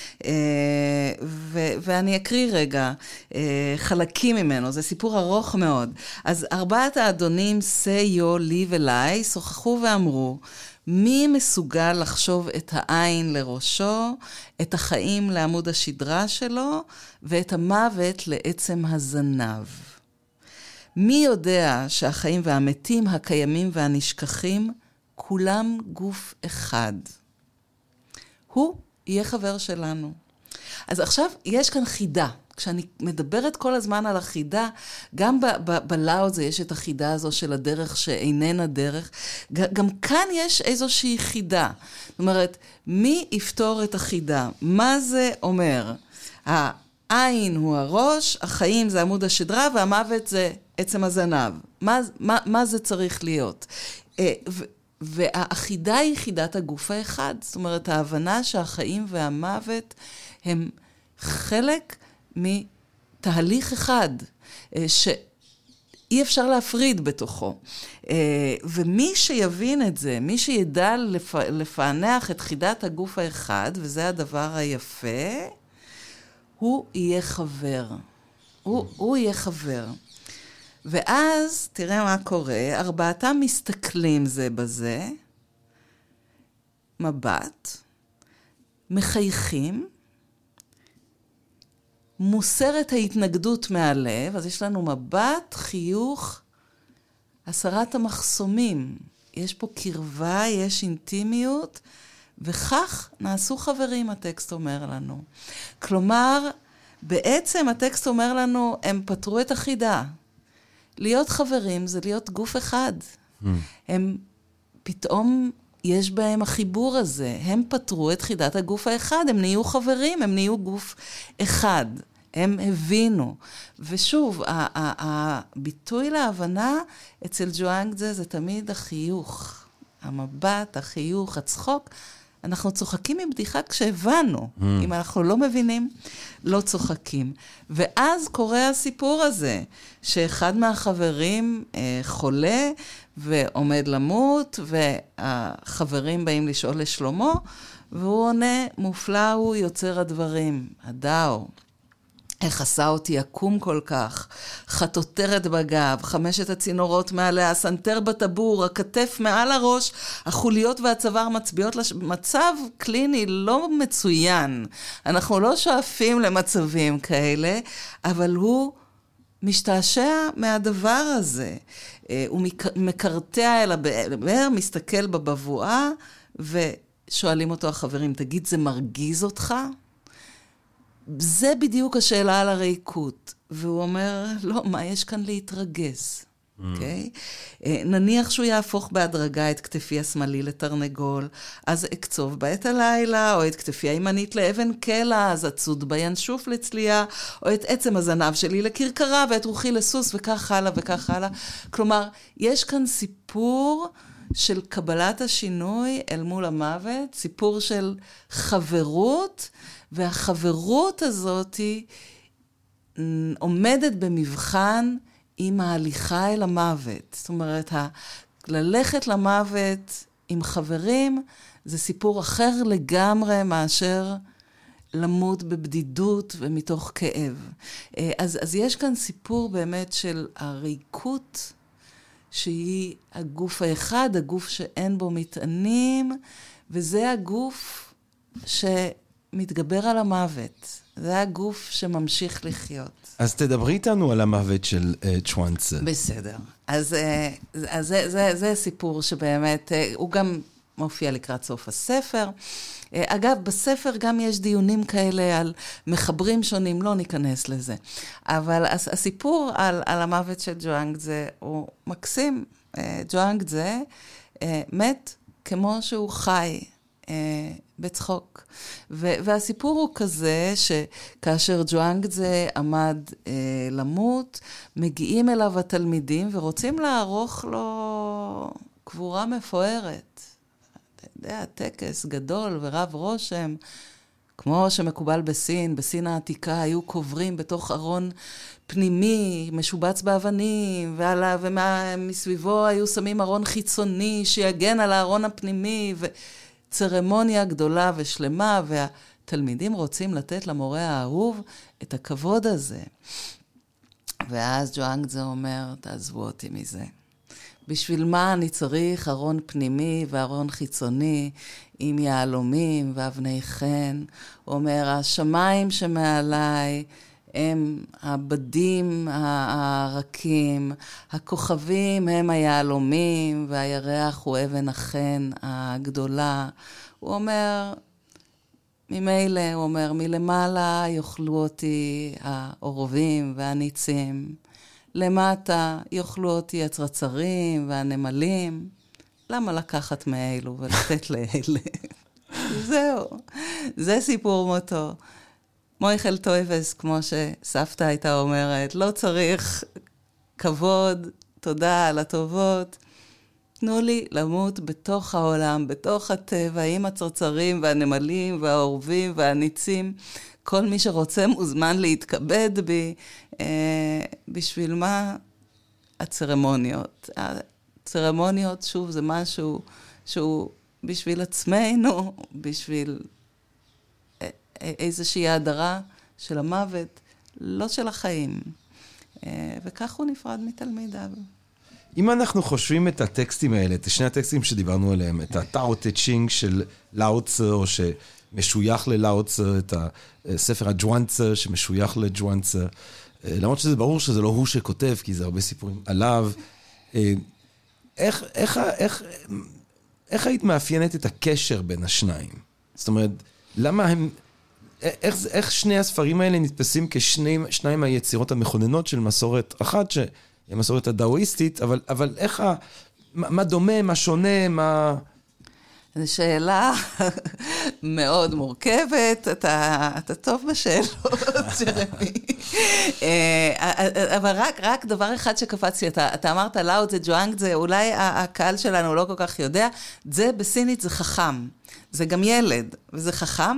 ו- ואני אקריא רגע חלקים ממנו, זה סיפור ארוך מאוד. אז ארבעת האדונים, סיו, לי ולאי, שוחחו ואמרו, מי מסוגל לחשוב את העין לראשו, את החיים לעמוד השדרה שלו, ואת המוות לעצם הזנב? מי יודע שהחיים והמתים, הקיימים והנשכחים, כולם גוף אחד? הוא יהיה חבר שלנו. אז עכשיו יש כאן חידה. כשאני מדברת כל הזמן על החידה, גם בלאו זה יש את החידה הזו של הדרך שאיננה דרך, גם כאן יש איזושהי חידה. זאת אומרת, מי יפתור את החידה? מה זה אומר? העין הוא הראש, החיים זה עמוד השדרה, והמוות זה עצם הזנב. מה, מה, מה זה צריך להיות? והאחידה היא חידת הגוף האחד. זאת אומרת, ההבנה שהחיים והמוות הם חלק מתהליך אחד, שאי אפשר להפריד בתוכו. ומי שיבין את זה, מי שידע לפ... לפענח את חידת הגוף האחד, וזה הדבר היפה, הוא יהיה חבר. הוא, הוא יהיה חבר. ואז, תראה מה קורה, ארבעתם מסתכלים זה בזה, מבט, מחייכים, מוסרת ההתנגדות מהלב, אז יש לנו מבט, חיוך, הסרת המחסומים. יש פה קרבה, יש אינטימיות, וכך נעשו חברים, הטקסט אומר לנו. כלומר, בעצם הטקסט אומר לנו, הם פתרו את החידה. להיות חברים זה להיות גוף אחד. Mm. הם פתאום יש בהם החיבור הזה. הם פתרו את חידת הגוף האחד, הם נהיו חברים, הם נהיו גוף אחד. הם הבינו. ושוב, הביטוי להבנה אצל ג'ואנגדזה זה תמיד החיוך. המבט, החיוך, הצחוק. אנחנו צוחקים מבדיחה כשהבנו. Mm. אם אנחנו לא מבינים, לא צוחקים. ואז קורה הסיפור הזה, שאחד מהחברים אה, חולה ועומד למות, והחברים באים לשאול לשלומו, והוא עונה, מופלא הוא יוצר הדברים, הדאו. איך עשה אותי יקום כל כך, חטוטרת בגב, חמשת הצינורות מעליה, סנטר בטבור, הכתף מעל הראש, החוליות והצוואר מצביעות למצב קליני לא מצוין. אנחנו לא שואפים למצבים כאלה, אבל הוא משתעשע מהדבר הזה. הוא מקרטע אל הבאר, מסתכל בבבואה, ושואלים אותו החברים, תגיד, זה מרגיז אותך? זה בדיוק השאלה על הריקות. והוא אומר, לא, מה יש כאן להתרגז? אוקיי? נניח שהוא יהפוך בהדרגה את כתפי השמאלי לתרנגול, אז אקצוב בה את הלילה, או את כתפי הימנית לאבן קלע, אז אצוד בינשוף לצלייה, או את עצם הזנב שלי לקרקרה, ואת רוחי לסוס, וכך הלאה וכך הלאה. כלומר, יש כאן סיפור של קבלת השינוי אל מול המוות, סיפור של חברות, והחברות הזאת היא עומדת במבחן עם ההליכה אל המוות. זאת אומרת, ה- ללכת למוות עם חברים, זה סיפור אחר לגמרי מאשר למות בבדידות ומתוך כאב. אז, אז יש כאן סיפור באמת של הריקות, שהיא הגוף האחד, הגוף שאין בו מטענים, וזה הגוף שמתגבר על המוות. זה הגוף שממשיך לחיות. אז תדברי איתנו על המוות של uh, צ'ואנצה. בסדר. אז, אז זה, זה, זה סיפור שבאמת, הוא גם מופיע לקראת סוף הספר. אגב, בספר גם יש דיונים כאלה על מחברים שונים, לא ניכנס לזה. אבל הסיפור על, על המוות של ג'ואנגדזה הוא מקסים. ג'ואנגדזה מת כמו שהוא חי. בצחוק. ו- והסיפור הוא כזה שכאשר ג'ואנגדזה עמד אה, למות, מגיעים אליו התלמידים ורוצים לערוך לו קבורה מפוארת. אתה יודע, טקס גדול ורב רושם, כמו שמקובל בסין, בסין העתיקה היו קוברים בתוך ארון פנימי, משובץ באבנים, ועלה, ומסביבו היו שמים ארון חיצוני שיגן על הארון הפנימי, ו... צרמוניה גדולה ושלמה, והתלמידים רוצים לתת למורה האהוב את הכבוד הזה. ואז ג'ואנגדזה אומר, תעזבו אותי מזה. בשביל מה אני צריך ארון פנימי וארון חיצוני, עם יהלומים ואבני חן? הוא אומר, השמיים שמעליי, הם הבדים הרכים, הכוכבים הם היהלומים, והירח הוא אבן החן הגדולה. הוא אומר, ממילא, הוא אומר, מלמעלה יאכלו אותי העורבים והניצים, למטה יאכלו אותי הצרצרים והנמלים. למה לקחת מאלו ולתת לאלה? זהו, זה סיפור מותו. מויכל טויבס, כמו שסבתא הייתה אומרת, לא צריך כבוד, תודה על הטובות. תנו לי למות בתוך העולם, בתוך הטבע, עם הצרצרים והנמלים והעורבים והניצים. כל מי שרוצה מוזמן להתכבד בי. אה, בשביל מה? הצרמוניות. הצרמוניות, שוב, זה משהו שהוא בשביל עצמנו, בשביל איזושהי הדרה של המוות, לא של החיים. וכך הוא נפרד מתלמידיו. אם אנחנו חושבים את הטקסטים האלה, את שני הטקסטים שדיברנו עליהם, את הטאו טה צ'ינג של לאו צה, או שמשוייך ללאו צה, את הספר הג'ואנצה שמשוייך לג'ואנצה, למרות שזה ברור שזה לא הוא שכותב, כי זה הרבה סיפורים עליו. איך, איך, איך, איך היית מאפיינת את הקשר בין השניים? זאת אומרת, למה הם... איך, איך שני הספרים האלה נתפסים כשניים היצירות המכוננות של מסורת אחת, שהיא המסורת הדאואיסטית, אבל, אבל איך ה... מה, מה דומה, מה שונה, מה... זו שאלה מאוד מורכבת, אתה, אתה טוב בשאלות, ג'רמי. אבל רק, רק דבר אחד שקפצתי, אתה, אתה אמרת לאו זה ג'ואנגדזה, אולי הקהל שלנו לא כל כך יודע, זה בסינית זה חכם. זה גם ילד, וזה חכם.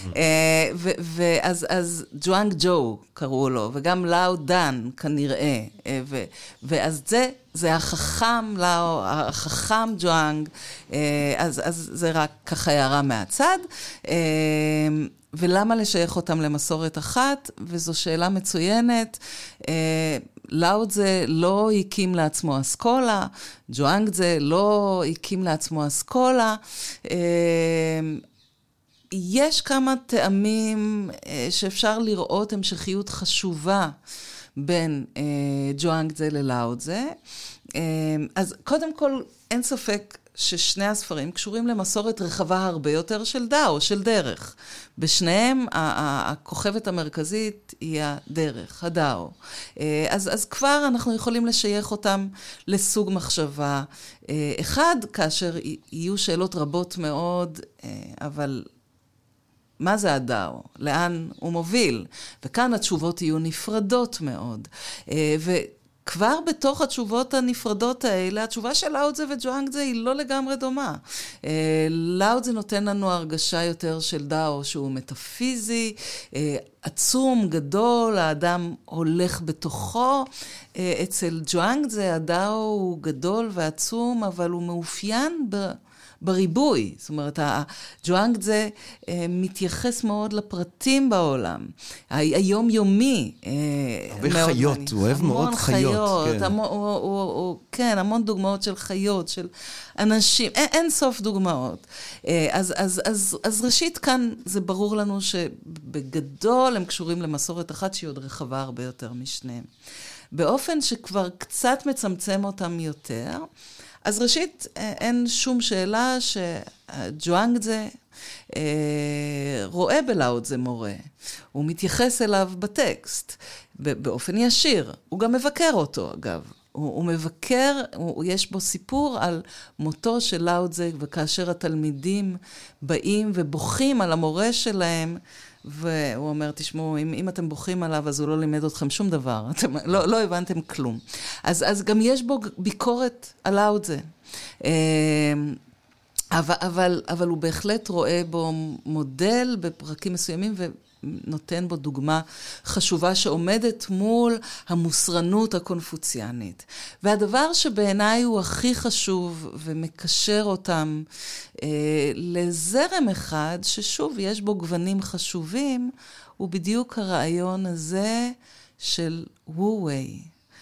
ואז אז ג'ואנג ג'ו קראו לו, וגם לאו דן כנראה. ואז זה, זה החכם לאו, החכם ג'ואנג, אז, אז זה רק ככה הערה מהצד. ולמה לשייך אותם למסורת אחת? וזו שאלה מצוינת. לאו-טזה לא הקים לעצמו אסכולה, ג'ואנגדזה לא הקים לעצמו אסכולה. יש כמה טעמים שאפשר לראות המשכיות חשובה בין אה, ז'ואנגזה ללאו-טזה. אה, אז קודם כל, אין ספק ששני הספרים קשורים למסורת רחבה הרבה יותר של דאו, של דרך. בשניהם, הכוכבת המרכזית היא הדרך, הדאו. אז, אז כבר אנחנו יכולים לשייך אותם לסוג מחשבה. אחד, כאשר יהיו שאלות רבות מאוד, אבל מה זה הדאו? לאן הוא מוביל? וכאן התשובות יהיו נפרדות מאוד. ו... כבר בתוך התשובות הנפרדות האלה, התשובה של לאו-טזה וז'ואנגזה היא לא לגמרי דומה. לאו-טזה נותן לנו הרגשה יותר של דאו שהוא מטאפיזי, עצום, גדול, האדם הולך בתוכו. אצל ז'ואנגזה הדאו הוא גדול ועצום, אבל הוא מאופיין ב... בריבוי. זאת אומרת, ז'ואנגזה מתייחס מאוד לפרטים בעולם. היומיומי. הרבה חיות, הוא אוהב מאוד חיות. כן, המון דוגמאות של חיות, של אנשים, אין סוף דוגמאות. אז ראשית כאן זה ברור לנו שבגדול הם קשורים למסורת אחת שהיא עוד רחבה הרבה יותר משניהם. באופן שכבר קצת מצמצם אותם יותר, אז ראשית, אין שום שאלה שז'ואנגזה אה, רואה בלאו-טזה מורה. הוא מתייחס אליו בטקסט, באופן ישיר. הוא גם מבקר אותו, אגב. הוא, הוא מבקר, הוא, יש בו סיפור על מותו של לאו-טזה, וכאשר התלמידים באים ובוכים על המורה שלהם, והוא אומר, תשמעו, אם, אם אתם בוכים עליו, אז הוא לא לימד אתכם שום דבר. אתם לא, לא הבנתם כלום. אז, אז גם יש בו ביקורת על לאו-טזה. אבל, אבל, אבל הוא בהחלט רואה בו מודל בפרקים מסוימים, ונותן בו דוגמה חשובה שעומדת מול המוסרנות הקונפוציאנית. והדבר שבעיניי הוא הכי חשוב ומקשר אותם אה, לזרם אחד, ששוב יש בו גוונים חשובים, הוא בדיוק הרעיון הזה של וו-ווי.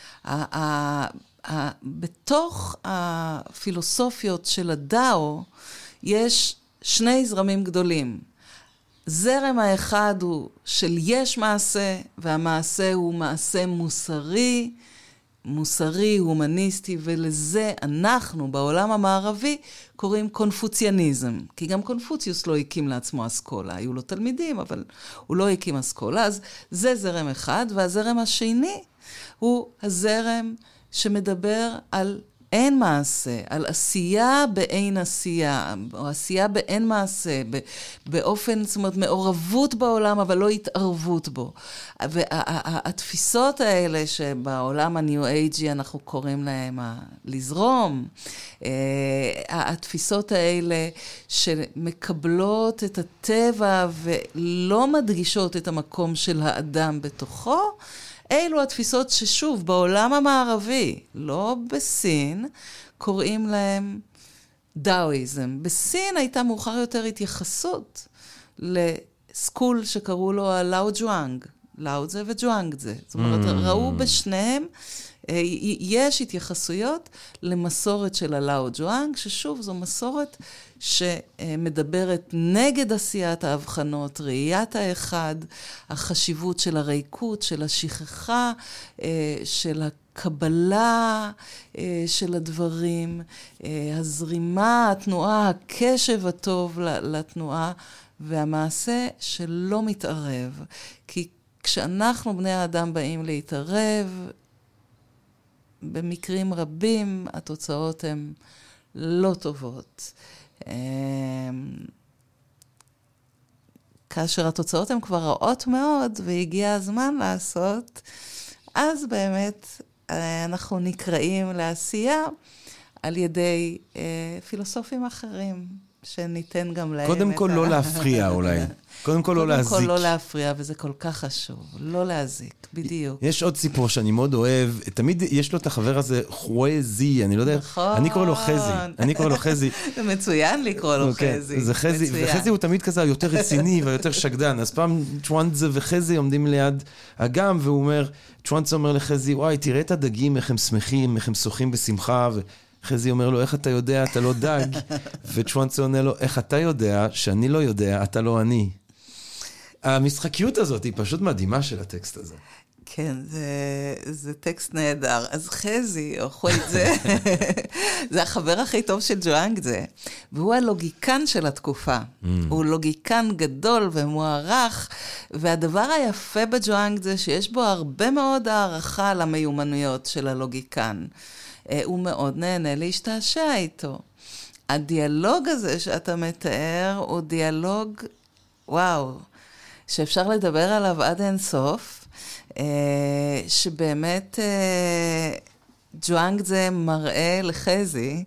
בתוך הפילוסופיות של הדאו יש שני זרמים גדולים. זרם האחד הוא של יש מעשה, והמעשה הוא מעשה מוסרי, מוסרי, הומניסטי, ולזה אנחנו בעולם המערבי קוראים קונפוציאניזם. כי גם קונפוציוס לא הקים לעצמו אסכולה, היו לו תלמידים, אבל הוא לא הקים אסכולה. אז זה זרם אחד, והזרם השני הוא הזרם שמדבר על אין מעשה, על עשייה באין עשייה, או עשייה באין מעשה, באופן, זאת אומרת, מעורבות בעולם, אבל לא התערבות בו. והתפיסות האלה שבעולם הניו-אייג'י אנחנו קוראים להם לזרום, התפיסות האלה שמקבלות את הטבע ולא מדגישות את המקום של האדם בתוכו, אלו התפיסות ששוב, בעולם המערבי, לא בסין, קוראים להם דאואיזם. בסין הייתה מאוחר יותר התייחסות לסקול שקראו לו הלאו-ג'ואנג, לאו-טזה וז'ואנגזה. זאת אומרת, mm. ראו בשניהם, יש התייחסויות למסורת של הלאו-ג'ואנג, ששוב, זו מסורת שמדברת נגד עשיית ההבחנות, ראיית האחד, החשיבות של הריקות, של השכחה, של הקבלה של הדברים, הזרימה, התנועה, הקשב הטוב לתנועה, והמעשה שלא מתערב. כי כשאנחנו בני האדם באים להתערב, במקרים רבים התוצאות הן לא טובות. כאשר התוצאות הן כבר רעות מאוד, והגיע הזמן לעשות, אז באמת אנחנו נקראים לעשייה על ידי פילוסופים אחרים, שניתן גם להם. קודם כל לא להפריע אולי. קודם כל לא להזיק. קודם כל לא להפריע, וזה כל כך חשוב. לא להזיק, בדיוק. יש עוד סיפור שאני מאוד אוהב, תמיד יש לו את החבר הזה, חוויזי, אני לא יודע, נכון. אני קורא לו חזי, אני קורא לו חזי. זה מצוין לקרוא לו חזי. זה חזי, וחזי הוא תמיד כזה יותר רציני ויותר שקדן, אז פעם צ'ואנגזה וחזי עומדים ליד אגם, והוא אומר, צ'ואנגזה אומר לחזי, וואי, תראה את הדגים, איך הם שמחים, איך הם שוחים בשמחה, חזי אומר לו, איך אתה יודע, אתה לא דג, וצ'ואנגזה עונה לו, איך אתה יודע, שאני לא יודע, אתה לא אני. המשחקיות הזאת היא פשוט מדהימה של הטקסט הזה. כן, זה, זה טקסט נהדר. אז חזי, או חוויזה, זה החבר הכי טוב של ג'ואנגזה, והוא הלוגיקן של התקופה. Mm. הוא לוגיקן גדול ומוערך, והדבר היפה בג'ואנגזה, שיש בו הרבה מאוד הערכה למיומנויות של הלוגיקן. הוא מאוד נהנה להשתעשע איתו. הדיאלוג הזה שאתה מתאר, הוא דיאלוג, וואו, שאפשר לדבר עליו עד אין סוף, שבאמת ג'ואנגזה מראה לחזי,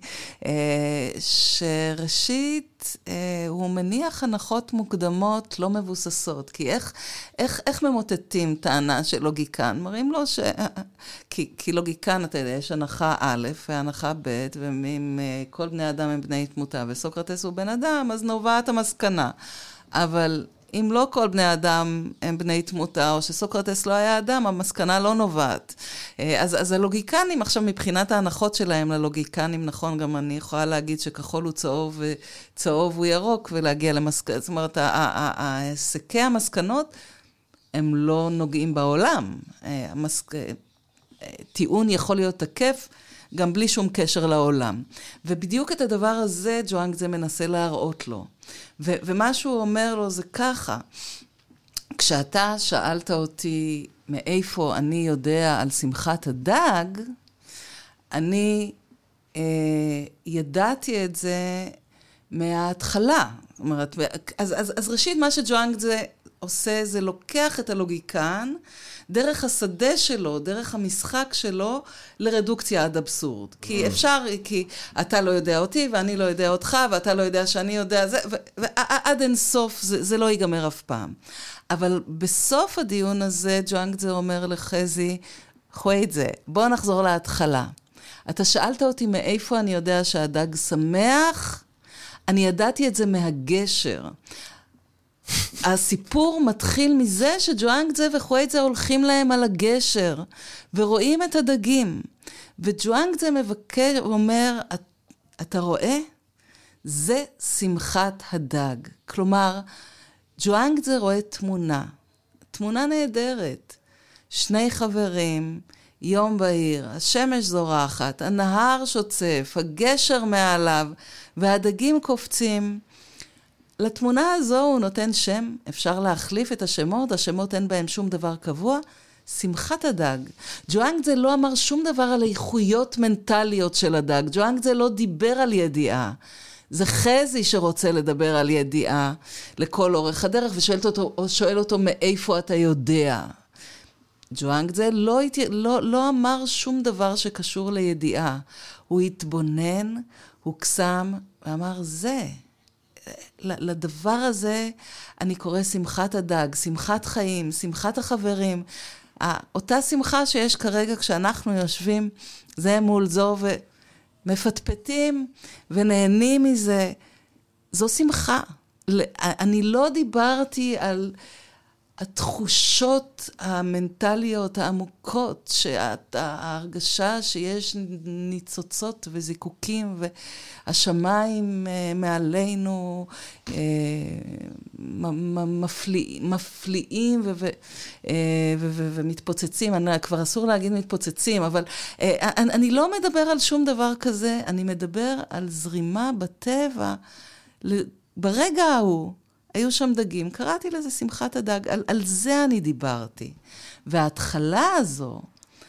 שראשית הוא מניח הנחות מוקדמות לא מבוססות, כי איך, איך, איך ממוטטים טענה של לוגיקן? מראים לו ש... כי, כי לוגיקן, אתה יודע, יש הנחה א' והנחה ב', ואם כל בני אדם הם בני תמותה, וסוקרטס הוא בן אדם, אז נובעת המסקנה. אבל אם לא כל בני אדם הם בני תמותה, או שסוקרטס לא היה אדם, המסקנה לא נובעת. אז, אז הלוגיקנים, עכשיו מבחינת ההנחות שלהם ללוגיקנים, נכון, גם אני יכולה להגיד שכחול הוא צהוב, וצהוב הוא ירוק, ולהגיע למסקנה, זאת אומרת, העסקי המסקנות, הם לא נוגעים בעולם. המסק... טיעון יכול להיות תקף, גם בלי שום קשר לעולם. ובדיוק את הדבר הזה, ג'ואנגזה מנסה להראות לו. ו- ומה שהוא אומר לו זה ככה, כשאתה שאלת אותי מאיפה אני יודע על שמחת הדג, אני אה, ידעתי את זה מההתחלה. זאת אומרת, אז, אז, אז ראשית מה שג'ואנגזה עושה זה לוקח את הלוגיקן, דרך השדה שלו, דרך המשחק שלו, לרדוקציה עד אבסורד. כי אפשר, כי אתה לא יודע אותי, ואני לא יודע אותך, ואתה לא יודע שאני יודע זה, ועד אין סוף, זה, זה לא ייגמר אף פעם. אבל בסוף הדיון הזה, ג'ואנגזה אומר לחזי, חוויזה, בוא נחזור להתחלה. אתה שאלת אותי מאיפה אני יודע שהדג שמח, אני ידעתי את זה מהגשר. הסיפור מתחיל מזה שג'ואנגזה וחוויזה הולכים להם על הגשר, ורואים את הדגים. וג'ואנגזה מבקש, אומר, אתה רואה? זה שמחת הדג. כלומר, ג'ואנגזה רואה תמונה, תמונה נהדרת. שני חברים, יום בהיר, השמש זורחת, הנהר שוצף, הגשר מעליו, והדגים קופצים. לתמונה הזו הוא נותן שם, אפשר להחליף את השמות, השמות אין בהם שום דבר קבוע, שמחת הדג. ג'ואנגזה לא אמר שום דבר על איכויות מנטליות של הדג, ג'ואנגזה לא דיבר על ידיעה. זה חזי שרוצה לדבר על ידיעה לכל אורך הדרך, ושואל אותו, שואל אותו מאיפה אתה יודע. ג'ואנגזה לא, לא, לא אמר שום דבר שקשור לידיעה. הוא התבונן, הוא קסם, ואמר זה. לדבר הזה אני קורא שמחת הדג, שמחת חיים, שמחת החברים. אותה שמחה שיש כרגע כשאנחנו יושבים זה מול זו ומפטפטים ונהנים מזה, זו שמחה. אני לא דיברתי על התחושות המנטליות העמוקות, שההרגשה שיש ניצוצות וזיקוקים והשמיים מעלינו מפליאים ומתפוצצים. כבר אסור להגיד מתפוצצים, אבל אני לא מדבר על שום דבר כזה, אני מדבר על זרימה בטבע ברגע ההוא. היו שם דגים, קראתי לזה שמחת הדג, על, על זה אני דיברתי. וההתחלה הזו,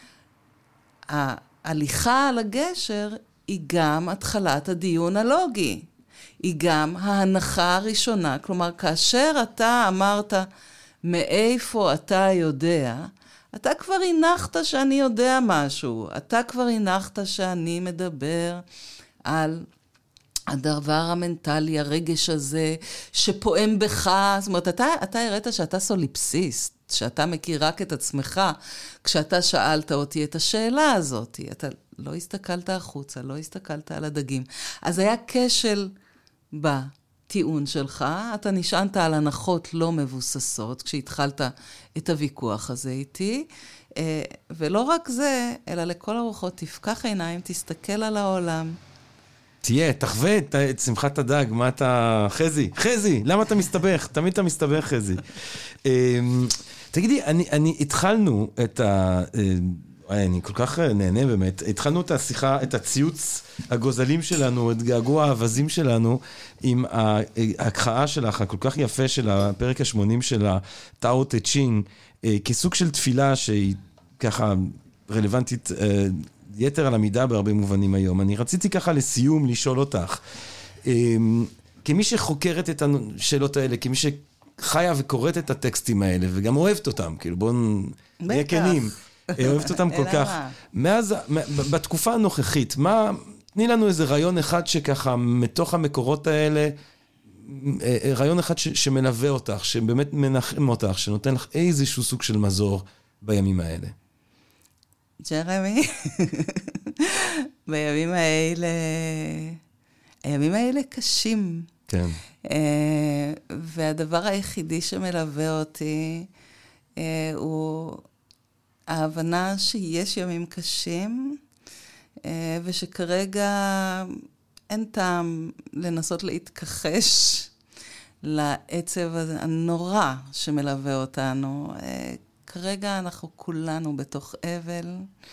ההליכה על הגשר, היא גם התחלת הדיון הלוגי. היא גם ההנחה הראשונה, כלומר, כאשר אתה אמרת, מאיפה אתה יודע, אתה כבר הנחת שאני יודע משהו, אתה כבר הנחת שאני מדבר על הדבר המנטלי, הרגש הזה, שפועם בך, זאת אומרת, אתה, אתה הראת שאתה סוליפסיסט, שאתה מכיר רק את עצמך, כשאתה שאלת אותי את השאלה הזאת, אתה לא הסתכלת החוצה, לא הסתכלת על הדגים. אז היה כשל בטיעון שלך, אתה נשענת על הנחות לא מבוססות, כשהתחלת את הוויכוח הזה איתי, ולא רק זה, אלא לכל הרוחות, תפקח עיניים, תסתכל על העולם, תהיה, תחווה את, את שמחת הדג, מה אתה... חזי, חזי, למה אתה מסתבך? תמיד אתה מסתבך, חזי. תגידי, אני, אני התחלנו את ה... אני כל כך נהנה באמת, התחלנו את השיחה, את הציוץ הגוזלים שלנו, את געגוע האווזים שלנו, עם ההכחאה שלך, הכל כך יפה של הפרק ה-שמונים של הטאו טה צ'ינג, כסוג של תפילה שהיא ככה רלוונטית יתר על המידה בהרבה מובנים היום. אני רציתי ככה לסיום לשאול אותך, כמי שחוקרת את השאלות האלה, כמי שחיה וקוראת את הטקסטים האלה, וגם אוהבת אותם, כאילו בואו נהיה כנים. אוהבת אותם כל כך. מאז, בתקופה הנוכחית, מה, תני לנו איזה רעיון אחד שככה, מתוך המקורות האלה, רעיון אחד ש, שמלווה אותך, שבאמת מנחם אותך, שנותן לך איזשהו סוג של מזור בימים האלה. ג'רמי, בימים האלה, הימים האלה קשים. כן. והדבר היחידי שמלווה אותי, הוא... ההבנה שיש ימים קשים, ושכרגע אין טעם לנסות להתכחש לעצב הנורא שמלווה אותנו. כרגע אנחנו כולנו בתוך אבל,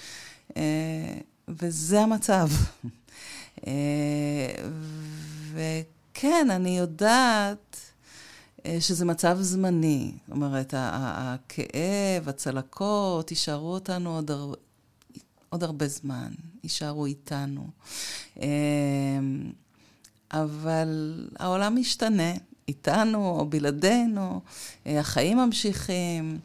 וזה המצב. וכן, אני יודעת שזה מצב זמני. זאת אומרת, הכאב, הצלקות, יישארו אותנו עוד, הר... עוד הרבה זמן, יישארו איתנו. אבל העולם משתנה, איתנו או בלעדינו, החיים ממשיכים,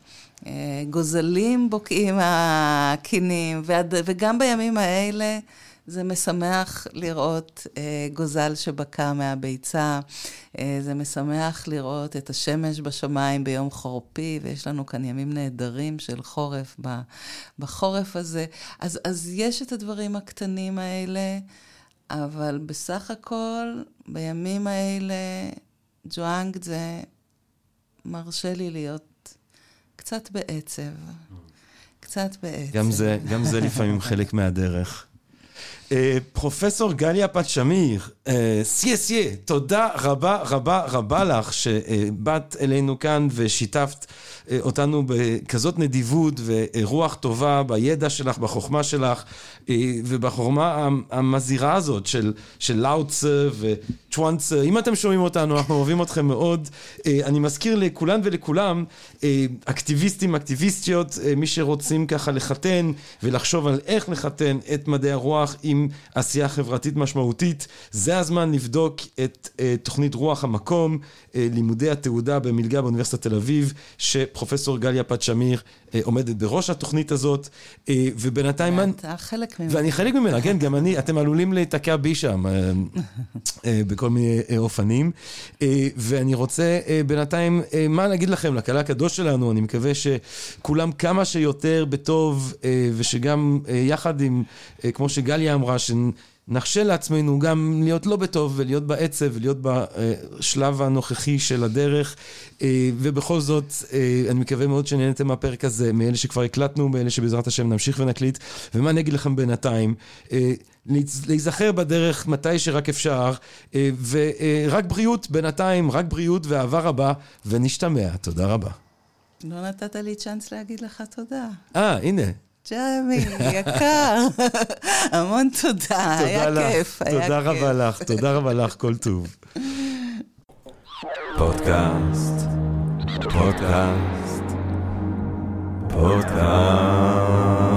גוזלים בוקעים הקינים, וגם בימים האלה, זה משמח לראות אה, גוזל שבקע מהביצה, אה, זה משמח לראות את השמש בשמיים ביום חורפי, ויש לנו כאן ימים נהדרים של חורף ב, בחורף הזה. אז, אז יש את הדברים הקטנים האלה, אבל בסך הכל, בימים האלה, ג'ואנג זה מרשה לי להיות קצת בעצב. קצת בעצב. גם זה, גם זה לפעמים חלק מהדרך. פרופסור גליה פת שמיר, סיה סיה, תודה רבה רבה רבה לך שבאת אלינו כאן ושיתפת אותנו בכזאת נדיבות ורוח טובה בידע שלך, בחוכמה שלך ובחוכמה המזהירה הזאת של, של לאוצה וצ'ואנצה. אם אתם שומעים אותנו, אנחנו אוהבים אתכם מאוד. אני מזכיר לכולן ולכולם, אקטיביסטים, אקטיביסטיות, מי שרוצים ככה לחתן ולחשוב על איך לחתן את מדעי הרוח עם עשייה חברתית משמעותית, זה הזמן לבדוק את תוכנית רוח המקום, לימודי התעודה במלגה באוניברסיטת תל אביב, שפרופסור גליה פת שמיר עומדת בראש התוכנית הזאת, ובינתיים... ואתה חלק ממנה. ואני חלק ממנה, כן, גם אני, אתם עלולים להתקע בי שם, בכל מיני אופנים, ואני רוצה בינתיים, מה נגיד לכם, לקהל הקדוש שלנו, אני מקווה שכולם כמה שיותר בטוב, ושגם יחד עם, כמו שגליה אמרה, שנחשה לעצמנו גם להיות לא בטוב ולהיות בעצב ולהיות בשלב הנוכחי של הדרך, ובכל זאת אני מקווה מאוד שנהנתם מהפרק הזה, מאלה שכבר הקלטנו, מאלה שבעזרת השם נמשיך ונקליט. ומה אני אגיד לכם בינתיים? להיזכר בדרך מתי שרק אפשר, ורק בריאות בינתיים, רק בריאות ואהבה רבה, ונשתמע. תודה רבה. לא נתת לי צ'אנס להגיד לך תודה. אה, הנה. ג'רמי, יקר, המון תודה, היה כיף, היה כיף. תודה רבה לך, תודה רבה לך, כל טוב. פודקאסט, פודקאסט, פודקאסט.